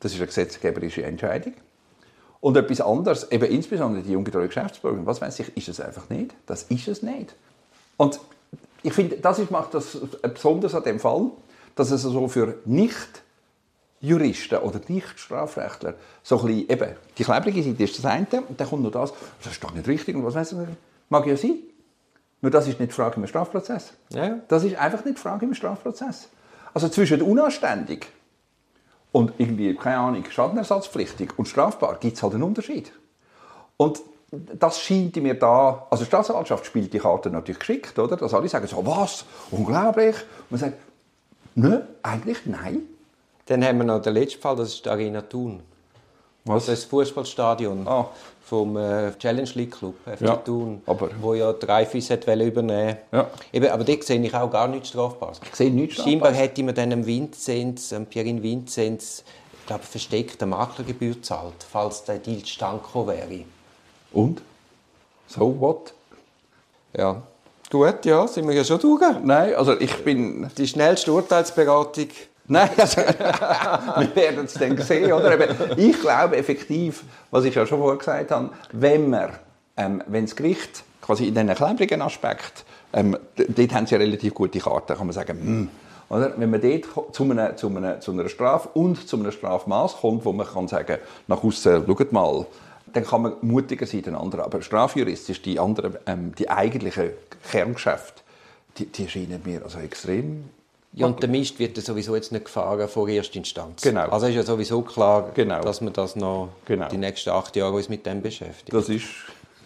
Das ist eine gesetzgeberische Entscheidung. Und etwas anderes, eben insbesondere die ungetreue Geschäftsbürger, was weiss ich, ist es einfach nicht. Das ist es nicht. Und ich finde, macht das besonders an dem Fall, dass es so für Nicht-Juristen oder Nicht-Strafrechtler so ein bisschen, eben, die klebrige Seite ist das eine und dann kommt noch das ist doch nicht richtig und was weiss ich, mag ja sein. Nur das ist nicht die Frage im Strafprozess. Ja. Das ist einfach nicht die Frage im Strafprozess. Also zwischen unanständig und irgendwie, keine Ahnung, schadenersatzpflichtig und strafbar gibt es halt einen Unterschied. Und das scheint mir da, also die Staatsanwaltschaft spielt die Karte natürlich geschickt, oder? Dass alle sagen so, was, unglaublich. Und man sagt, nö, eigentlich nein. Dann haben wir noch den letzten Fall, das ist die Arena Thun. Was? Das Fußballstadion vom Challenge League Club, FC Thun, wo ja der Reifis übernehmen wollte. Ja. Aber dort sehe ich auch gar nichts Strafbares. Ich sehe nichts Strafbares. Scheinbar hätte man dann Pierin Vinzenz, ich glaube, versteckte Maklergebühr gezahlt, falls der Deal zustande gekommen wäre. Und? So what? Ja. Gut, ja, sind wir ja schon durch. Nein, also ich bin... Die schnellste Urteilsberatung... Nein, also, wir werden es dann sehen, oder? Ich glaube effektiv, was ich ja schon vorher gesagt habe, wenn das Gericht quasi in diesen klebrigen Aspekt, dort haben sie relativ gute Karten, kann man sagen, oder? Wenn man dort zu einer Strafe und zu einem Strafmaß kommt, wo man kann sagen, nach außen, schaut mal, dann kann man mutiger sein den anderen. Aber strafjuristisch, die anderen, die eigentlichen Kerngeschäfte, die scheinen mir also extrem... Ja, und der Mist wird sowieso jetzt nicht gefahren vor erster Instanz. Genau. Also ist ja sowieso klar, dass wir das noch die nächsten 8 Jahre uns mit dem beschäftigen. Das ist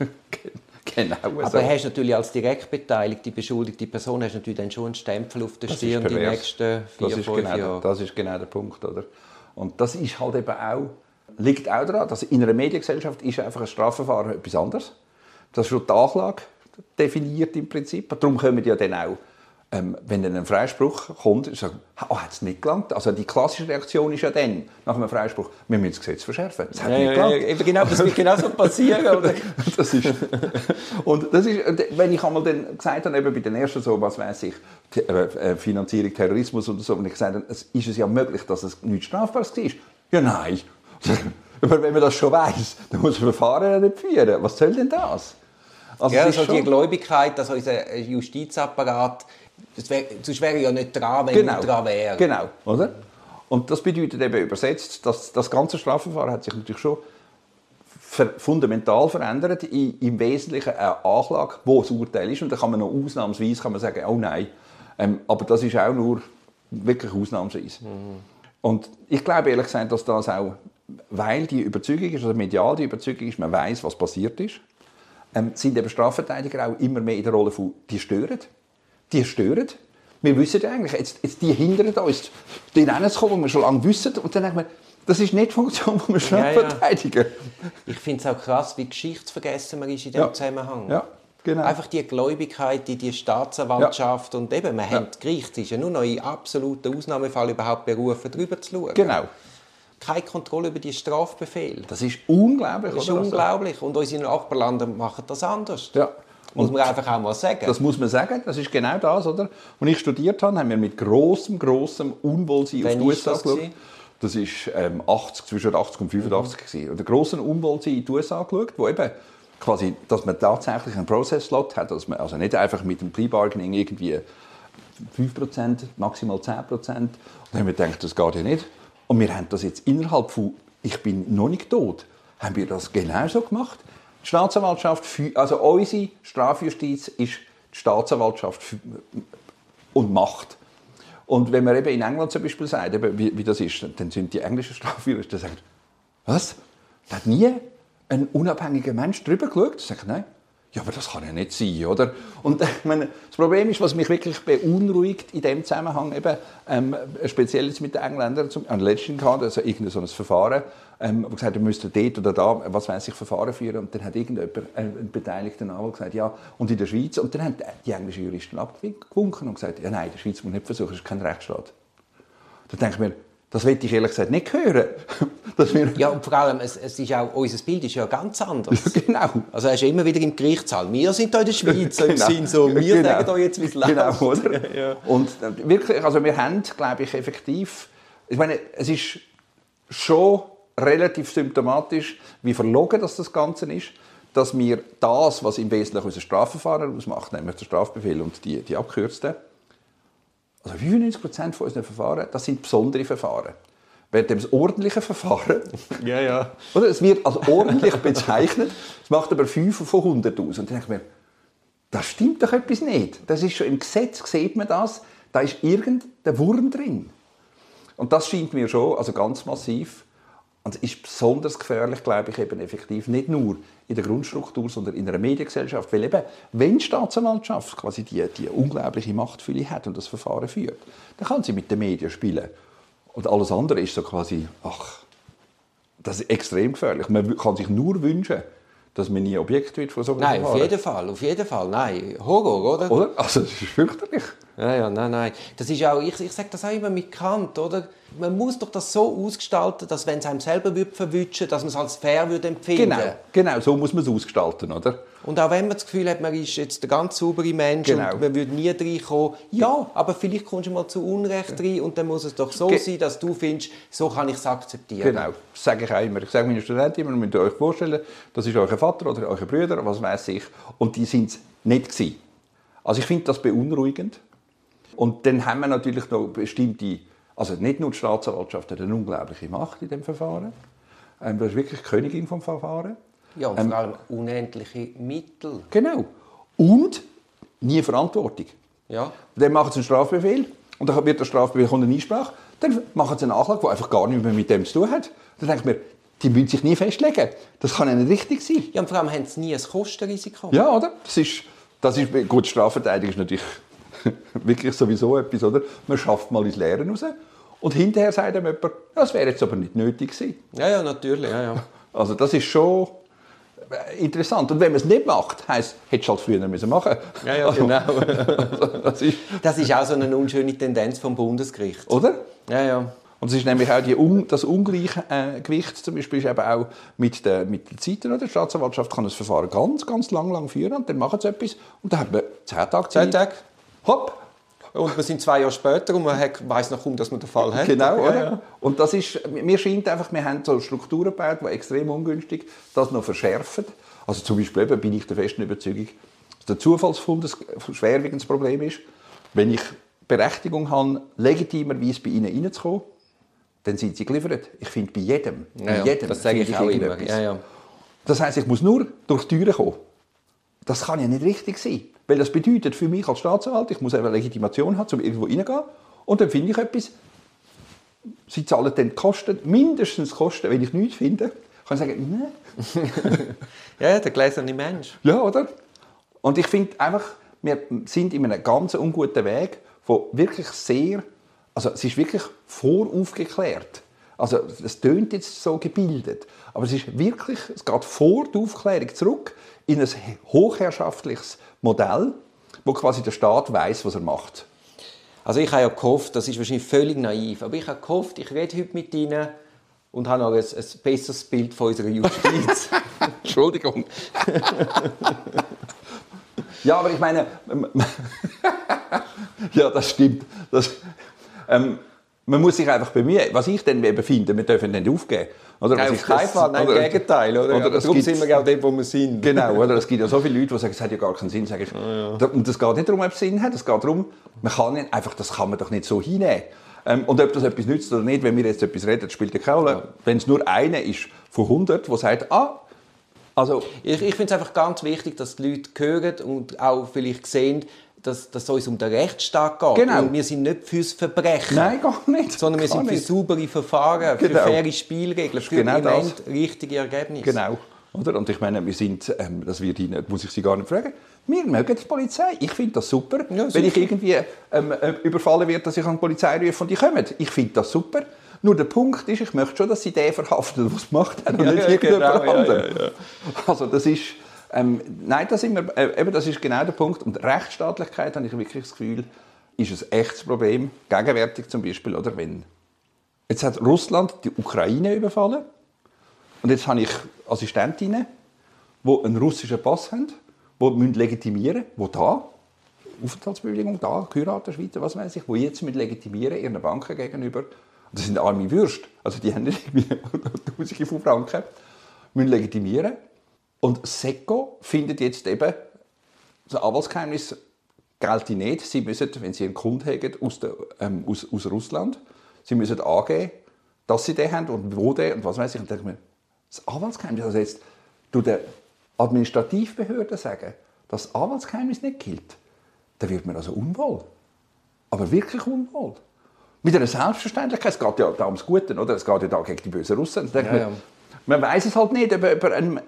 genau so. Aber hast natürlich als direkt beteiligte, beschuldigte Person hast natürlich dann schon einen Stempel auf der Stirn die nächsten 4-5 Jahre. Das ist genau der Punkt, oder? Und das ist halt eben auch, liegt auch daran, dass in einer Mediengesellschaft ist einfach ein Strafverfahren etwas anderes. Das ist schon die Anklage definiert im Prinzip. Darum kommen ja dann auch, wenn dann ein Freispruch kommt, sagen, hat es nicht gelangt? Also die klassische Reaktion ist ja dann, nach einem Freispruch, wir müssen das Gesetz verschärfen. Das hat nicht gelangt. Genau, das wird genau so passieren. Oder? Und das ist, wenn ich einmal dann gesagt habe, eben bei den ersten so, was weiss ich, Finanzierung Terrorismus und so, und ich gesagt habe, ist es ja möglich, dass es nichts Strafbares war? Ja, nein. Aber wenn man das schon weiss, dann muss man Verfahren ja nicht führen. Was soll denn das? Also ja, also die Gläubigkeit, dass unser Justizapparat, sonst wäre ja nicht dran, wenn nicht dran wäre. Genau, oder? Und das bedeutet eben übersetzt, dass das ganze Strafverfahren hat sich natürlich schon fundamental verändert. Im Wesentlichen eine Anklage, wo das Urteil ist. Und da kann man noch ausnahmsweise sagen, oh nein. Aber das ist auch nur wirklich ausnahmsweise. Und ich glaube ehrlich gesagt, dass das auch, weil die Überzeugung ist, also medial die Überzeugung ist, man weiss, was passiert ist, sind eben Strafverteidiger auch immer mehr in der Rolle von, die stören. Die stören. Wir wissen ja eigentlich, jetzt die hindern uns, dort hinzukommen, wo wir schon lange wissen. Und dann denken wir, das ist nicht die Funktion von einem Strafverteidiger. Ja. Ich finde es auch krass, wie geschichtsvergessen man ist in diesem Zusammenhang. Ja, genau. Einfach die Gläubigkeit, die Staatsanwaltschaft und eben, man hat das Gericht ist ja nur noch in absoluten Ausnahmefall überhaupt berufen, darüber zu schauen. Genau. Keine Kontrolle über die Strafbefehle. Das ist unglaublich. Das ist unglaublich. Und unsere Nachbarländer machen das anders. Ja. Muss man einfach auch mal sagen. Das muss man sagen. Das ist genau das, oder? Als ich studiert habe, haben wir mit grossem Unwohlsein auf die USA geschaut. Das war zwischen 80 und 85. Und der grossen Unwohlsein in die USA geschaut, wo eben quasi, dass man tatsächlich einen Process-Slot hat, dass man also nicht einfach mit dem Plea-Bargaining irgendwie 5%, maximal 10%. Und dann haben wir gedacht, das geht ja nicht. Und wir haben das jetzt innerhalb von, ich bin noch nicht tot, haben wir das genauso gemacht. Die Staatsanwaltschaft, also unsere Strafjustiz ist die Staatsanwaltschaft und Macht. Und wenn man eben in England zum Beispiel sagt, eben, wie das ist, dann sind die englischen Strafjuristen, die sagen, was? Da hat nie ein unabhängiger Mensch drüber geschaut? Sagt, nein. Ja, aber das kann ja nicht sein, oder? Und ich meine, das Problem ist, was mich wirklich beunruhigt in dem Zusammenhang, eben, speziell jetzt mit den Engländern, letztens hatte also irgendein so ein Verfahren, wo gesagt, er müsste dort oder da, was weiss ich, Verfahren führen, und dann hat irgendjemand, ein beteiligter Anwalt gesagt, ja, und in der Schweiz, und dann haben die englischen Juristen abgewunken und gesagt, ja nein, in der Schweiz muss man nicht versuchen, das ist kein Rechtsstaat. Da denke ich mir, das will ich ehrlich gesagt nicht hören. Ja, und vor allem, unser Bild ist ja ganz anders. Ja, genau. Also er ist immer wieder im Gerichtssaal. Wir sind hier in der Schweiz, genau. Wir sagen euch jetzt, wie es läuft. Genau, oder? Ja. Und wirklich, also wir haben, glaube ich, effektiv, ich meine, es ist schon relativ symptomatisch, wie verlogen das Ganze ist, dass wir das, was im Wesentlichen unser Strafverfahren ausmacht, nämlich der Strafbefehl und die abkürzten, also 95% von unseren Verfahren, das sind besondere Verfahren. Während das ordentliche Verfahren, oder, es wird als ordentlich bezeichnet, es macht aber 5 von 100 aus. Und dann denke ich mir, das stimmt doch etwas nicht. Das ist schon im Gesetz, sieht man das, da ist irgendein Wurm drin. Und das scheint mir schon also ganz massiv. Und es ist besonders gefährlich, glaube ich, eben effektiv nicht nur in der Grundstruktur, sondern in einer Mediengesellschaft. Weil eben, wenn die Staatsanwaltschaft quasi die unglaubliche Machtfülle hat und das Verfahren führt, dann kann sie mit den Medien spielen. Und alles andere ist so quasi, das ist extrem gefährlich. Man kann sich nur wünschen, dass man nie Objekt wird von so einem Nein, Verfahren. auf jeden Fall, nein. Horror, oder? Oder? Also das ist fürchterlich. Ja, nein. Das ist auch, ich sage das auch immer mit Kant, oder? Man muss doch das so ausgestalten, dass wenn es einem selber verwutschen, dass man es als fair empfinden würde. Genau, so muss man es ausgestalten, oder? Und auch wenn man das Gefühl hat, man ist jetzt der ganz saubere Mensch und man würde nie reinkommen, ja, aber vielleicht kommst du mal zu Unrecht rein und dann muss es doch so sein, dass du findest, so kann ich es akzeptieren. Genau, das sage ich auch immer. Ich sage meinen Studenten immer, ihr müsst euch vorstellen, das ist euer Vater oder eure Brüder, was weiß ich, und die sind es nicht gewesen. Also ich finde das beunruhigend. Und dann haben wir natürlich noch bestimmte, also nicht nur die Staatsanwaltschaft hat eine unglaubliche Macht in diesem Verfahren. Das ist wirklich die Königin vom Verfahren. Ja, und vor allem unendliche Mittel. Genau. Und nie Verantwortung. Ja. Dann machen sie einen Strafbefehl und dann wird der Strafbefehl eine Einsprache. Dann machen sie eine Anklage, die einfach gar nichts mehr mit dem zu tun hat. Dann denke ich mir, die müssen sich nie festlegen. Das kann ja nicht richtig sein. Ja, und vor allem haben sie nie ein Kostenrisiko. Ja, oder? Das ist gut, Strafverteidigung ist natürlich wirklich sowieso etwas, oder? Man schafft mal ins Leere raus und hinterher sagt einem jemand, das wäre jetzt aber nicht nötig gewesen. Ja, natürlich. Ja. Also das ist schon interessant. Und wenn man es nicht macht, heisst, hättest du halt früher machen müssen. Ja, genau. Das ist auch so eine unschöne Tendenz vom Bundesgericht. Oder? Ja. Und es ist nämlich auch das ungleiche Gewicht, zum Beispiel ist eben auch mit den Zeiten. Oder? Die Staatsanwaltschaft kann das Verfahren ganz, ganz lang führen und dann machen sie etwas und dann hat man 10 Tage Zeit. 10 Tage. Hopp! Und wir sind 2 Jahre später und man weiss noch kaum, dass man den Fall hat. Genau, oder? Ja. Und das ist, mir scheint einfach, wir haben so Strukturen gebaut, die extrem ungünstig das noch verschärfen. Also zum Beispiel eben, bin ich der festen Überzeugung, dass der Zufallsfund ein schwerwiegendes Problem ist. Wenn ich Berechtigung habe, legitimerweise bei Ihnen reinzukommen, dann sind Sie geliefert. Ich finde, bei jedem. Das sage ich auch immer. Ja. Das heisst, ich muss nur durch die Türen kommen. Das kann ja nicht richtig sein. Weil das bedeutet für mich als Staatsanwalt, ich muss eine Legitimation haben, um irgendwo reingehen. Und dann finde ich etwas. Sie zahlen dann die Kosten, mindestens Kosten, wenn ich nichts finde. Kann ich sagen, nein. Ja, der gläserne Mensch. Ja, oder? Und ich finde einfach, wir sind in einem ganz unguten Weg, wo wirklich sehr, also es ist wirklich voraufgeklärt. Also es tönt jetzt so gebildet, aber es geht vor der Aufklärung zurück in ein hochherrschaftliches Modell, wo quasi der Staat weiss, was er macht. Also ich habe ja gehofft, das ist wahrscheinlich völlig naiv, aber ich habe gehofft, ich rede heute mit Ihnen und habe noch ein besseres Bild von unserer Justiz. Entschuldigung. Ja, aber ich meine, ja, das stimmt. Man muss sich einfach bemühen. Was ich dann eben finde, wir dürfen nicht aufgeben. Oder? Nein, auf keinen Fall, nein, im Gegenteil. Oder darum sind wir auch dort, wo wir sind. Genau, oder? Es gibt ja so viele Leute, die sagen, es hat ja gar keinen Sinn. Und es geht nicht darum, ob es Sinn hat, es geht darum, das kann man doch nicht so hinnehmen. Und ob das etwas nützt oder nicht, wenn wir jetzt etwas reden, spielt ja keine Rolle. Ja. Wenn es nur einer ist von 100, der sagt, also... Ich finde es einfach ganz wichtig, dass die Leute hören und auch vielleicht sehen, dass es uns um den Rechtsstaat geht. Genau. Und wir sind nicht fürs Verbrechen. Nein, gar nicht. Sondern wir sind für saubere Verfahren, für faire Spielregeln, für richtige Ergebnisse. Genau. Oder? Und ich meine, wir sind, das wird Ihnen, muss ich Sie gar nicht fragen, wir mögen die Polizei. Ich finde das super. Ja, wenn ich irgendwie überfallen werde, dass ich an die Polizei rufe und die kommen. Ich finde das super. Nur der Punkt ist, ich möchte schon, dass sie den verhaften, der es gemacht hat, und nicht irgendjemand anderen. Ja. Also das ist... nein, das ist genau der Punkt. Und Rechtsstaatlichkeit, habe ich wirklich das Gefühl, ist ein echtes Problem. Gegenwärtig zum Beispiel, oder? Jetzt hat Russland die Ukraine überfallen. Und jetzt habe ich Assistentinnen, die einen russischen Pass haben, die legitimieren müssen, die da, Aufenthaltsbewilligung, da, Heiraten, Schweiz, was weiß ich, die jetzt legitimieren ihren Banken gegenüber. Das sind arme Würste. Also die haben nicht irgendwie Tausende von Franken. Müssen legitimieren. Und SECO findet jetzt eben, das Anwaltsgeheimnis gelte nicht. Sie müssen, wenn Sie einen Kunden haben aus Russland, Sie müssen angeben, dass Sie den haben und wo der und was weiß ich. Und dann denke ich mir, das Anwaltsgeheimnis, also jetzt durch die Administrativbehörde sagen, dass das Anwaltsgeheimnis nicht gilt, dann wird man also unwohl. Aber wirklich unwohl. Mit einer Selbstverständlichkeit, es geht ja da ums Gute, oder? Es geht ja da gegen die bösen Russen. Man weiß es halt nicht, ob er ein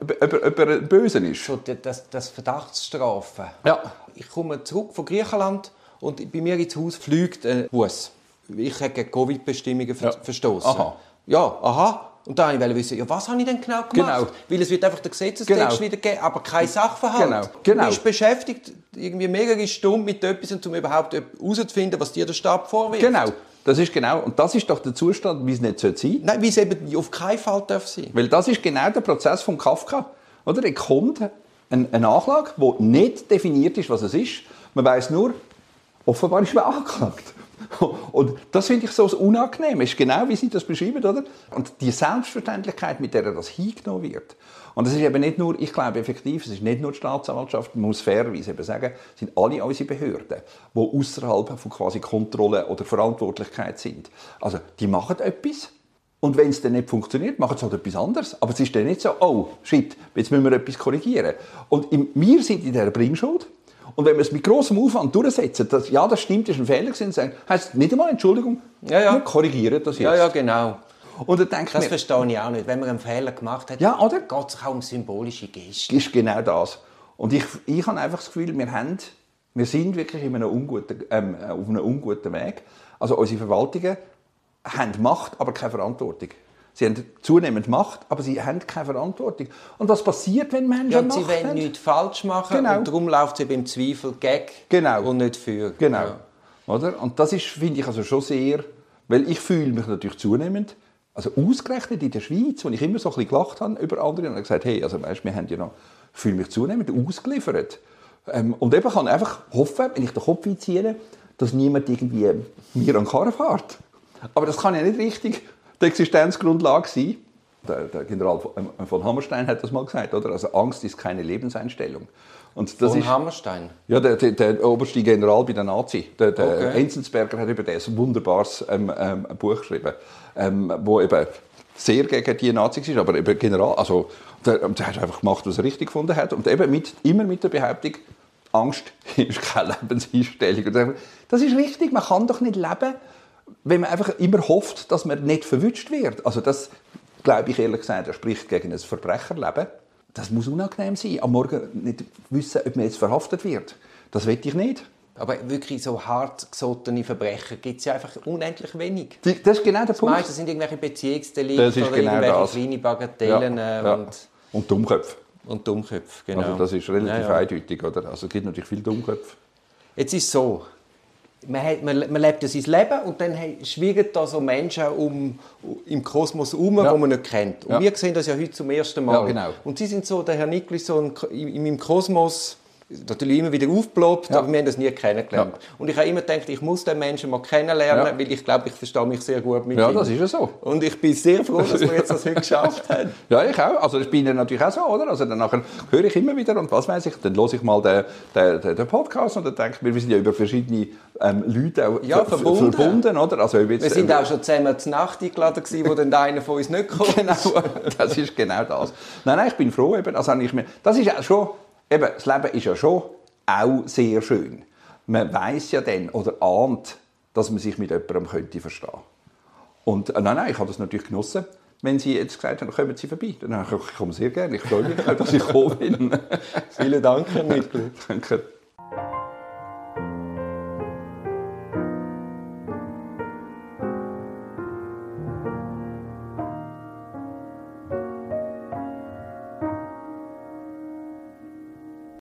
Bösen ist. So, das Verdachtsstrafen. Ja. Ich komme zurück von Griechenland und bei mir ins Haus fliegt ein Bus. Ich habe gegen Covid-Bestimmungen verstoßen. Aha. Ja, aha. Und da wollte ich wissen, ja, was habe ich denn genau gemacht? Genau. Weil es wird einfach der Gesetzestext wiedergeben, aber kein Sachverhalt. Genau. Du bist beschäftigt, irgendwie mehrere Stunden mit etwas, um überhaupt herauszufinden, was dir der Staat vorwirft. Genau. Das ist genau. Und das ist doch der Zustand, wie es nicht sein sollte. Nein, wie es eben auf keinen Fall sein darf. Weil das ist genau der Prozess von Kafka. Oder? Er kommt eine Anklage, die nicht definiert ist, was es ist. Man weiss nur, offenbar ist man angeklagt. Und das finde ich so unangenehm. Es ist genau, wie Sie das beschreiben, oder? Und die Selbstverständlichkeit, mit der das hingenommen wird. Und das ist eben nicht nur, ich glaube effektiv, es ist nicht nur die Staatsanwaltschaft, man muss fairerweise eben sagen, es sind alle unsere Behörden, die außerhalb von quasi Kontrolle oder Verantwortlichkeit sind. Also, die machen etwas. Und wenn es dann nicht funktioniert, machen sie halt etwas anderes. Aber es ist dann nicht so, oh, shit, jetzt müssen wir etwas korrigieren. Und wir sind in dieser Bringschuld. Und wenn wir es mit grossem Aufwand durchsetzen, das stimmt, das ist ein Fehler gewesen, dann heisst es nicht einmal Entschuldigung, wir korrigieren das jetzt. Ja, genau. Und dann denke das verstehe ich auch nicht. Wenn man einen Fehler gemacht hat, geht es auch um symbolische Gesten. Ist genau das. Und ich habe einfach das Gefühl, wir sind wirklich auf einem unguten Weg. Also unsere Verwaltungen haben Macht, aber keine Verantwortung. Sie haben zunehmend Macht, aber sie haben keine Verantwortung. Und was passiert, wenn Menschen Macht haben? Sie wollen nichts falsch machen, genau. Und darum läuft sie beim Zweifel gegen und nicht für. Genau. Ja. Oder? Und das ist, finde ich, also schon sehr, weil ich fühle mich natürlich zunehmend, also ausgerechnet in der Schweiz, wo ich immer so ein bisschen gelacht habe über andere und gesagt, hey, also weißt, wir haben ja noch, fühle mich zunehmend ausgeliefert. Und eben kann einfach hoffen, wenn ich den Kopf einziehe, dass niemand irgendwie mir an den Karren fährt. Aber das kann ja nicht richtig die Existenzgrundlage sein. Der General von Hammerstein hat das mal gesagt, oder? Also Angst ist keine Lebenseinstellung. Und das von Hammerstein? Ja, der oberste General bei den Nazis. Der Enzensberger hat über das ein wunderbares Buch geschrieben, wo eben sehr gegen die Nazis ist, aber eben General, also der hat einfach gemacht, was er richtig gefunden hat. Und eben immer mit der Behauptung, Angst ist keine Lebenseinstellung. Das ist richtig, man kann doch nicht leben, wenn man einfach immer hofft, dass man nicht verwünscht wird. Also das, glaube ich ehrlich gesagt, das spricht gegen ein Verbrecherleben. Das muss unangenehm sein, am Morgen nicht wissen, ob man jetzt verhaftet wird. Das will ich nicht. Aber wirklich so hartgesottene Verbrecher gibt es ja einfach unendlich wenig. Das ist genau der Punkt. Meistens sind irgendwelche Beziehungsdelikte oder genau irgendwelche kleine Bagatellen. Ja. Und Dummköpfe. Und Dummköpfe, genau. Also das ist relativ eindeutig, oder? Also es gibt natürlich viele Dummköpfe. Jetzt ist es so, man lebt ja sein Leben und dann schwirren da so Menschen im Kosmos die man nicht kennt. Und wir sehen das ja heute zum ersten Mal. Ja, genau. Und Sie sind so, der Herr Niklis, so in meinem Kosmos, natürlich immer wieder aufgeploppt, aber wir haben das nie kennengelernt. Ja. Und ich habe immer gedacht, ich muss den Menschen mal kennenlernen, weil ich glaube, ich verstehe mich sehr gut mit ihm. Ja, das ist ja so. Und ich bin sehr froh, dass wir jetzt das heute geschafft haben. Ja, ich auch. Also ich bin ja natürlich auch so, oder? Also dann höre ich immer wieder und was weiß ich, dann höre ich mal den Podcast und dann denke ich mir, wir sind ja über verschiedene Leute auch verbunden, oder? Also jetzt, wir sind auch schon zusammen zur Nacht eingeladen gewesen, wo dann einer von uns nicht kommt. Genau, das ist genau das. Nein, ich bin froh eben, also das ist auch schon. Eben, das Leben ist ja schon auch sehr schön. Man weiss ja dann oder ahnt, dass man sich mit jemandem verstehen könnte. Und nein, ich habe das natürlich genossen. Wenn Sie jetzt gesagt haben, kommen Sie vorbei, dann komme ich sehr gerne. Ich freue mich, dass ich gekommen bin. Vielen Dank, Herr Niklis. Danke.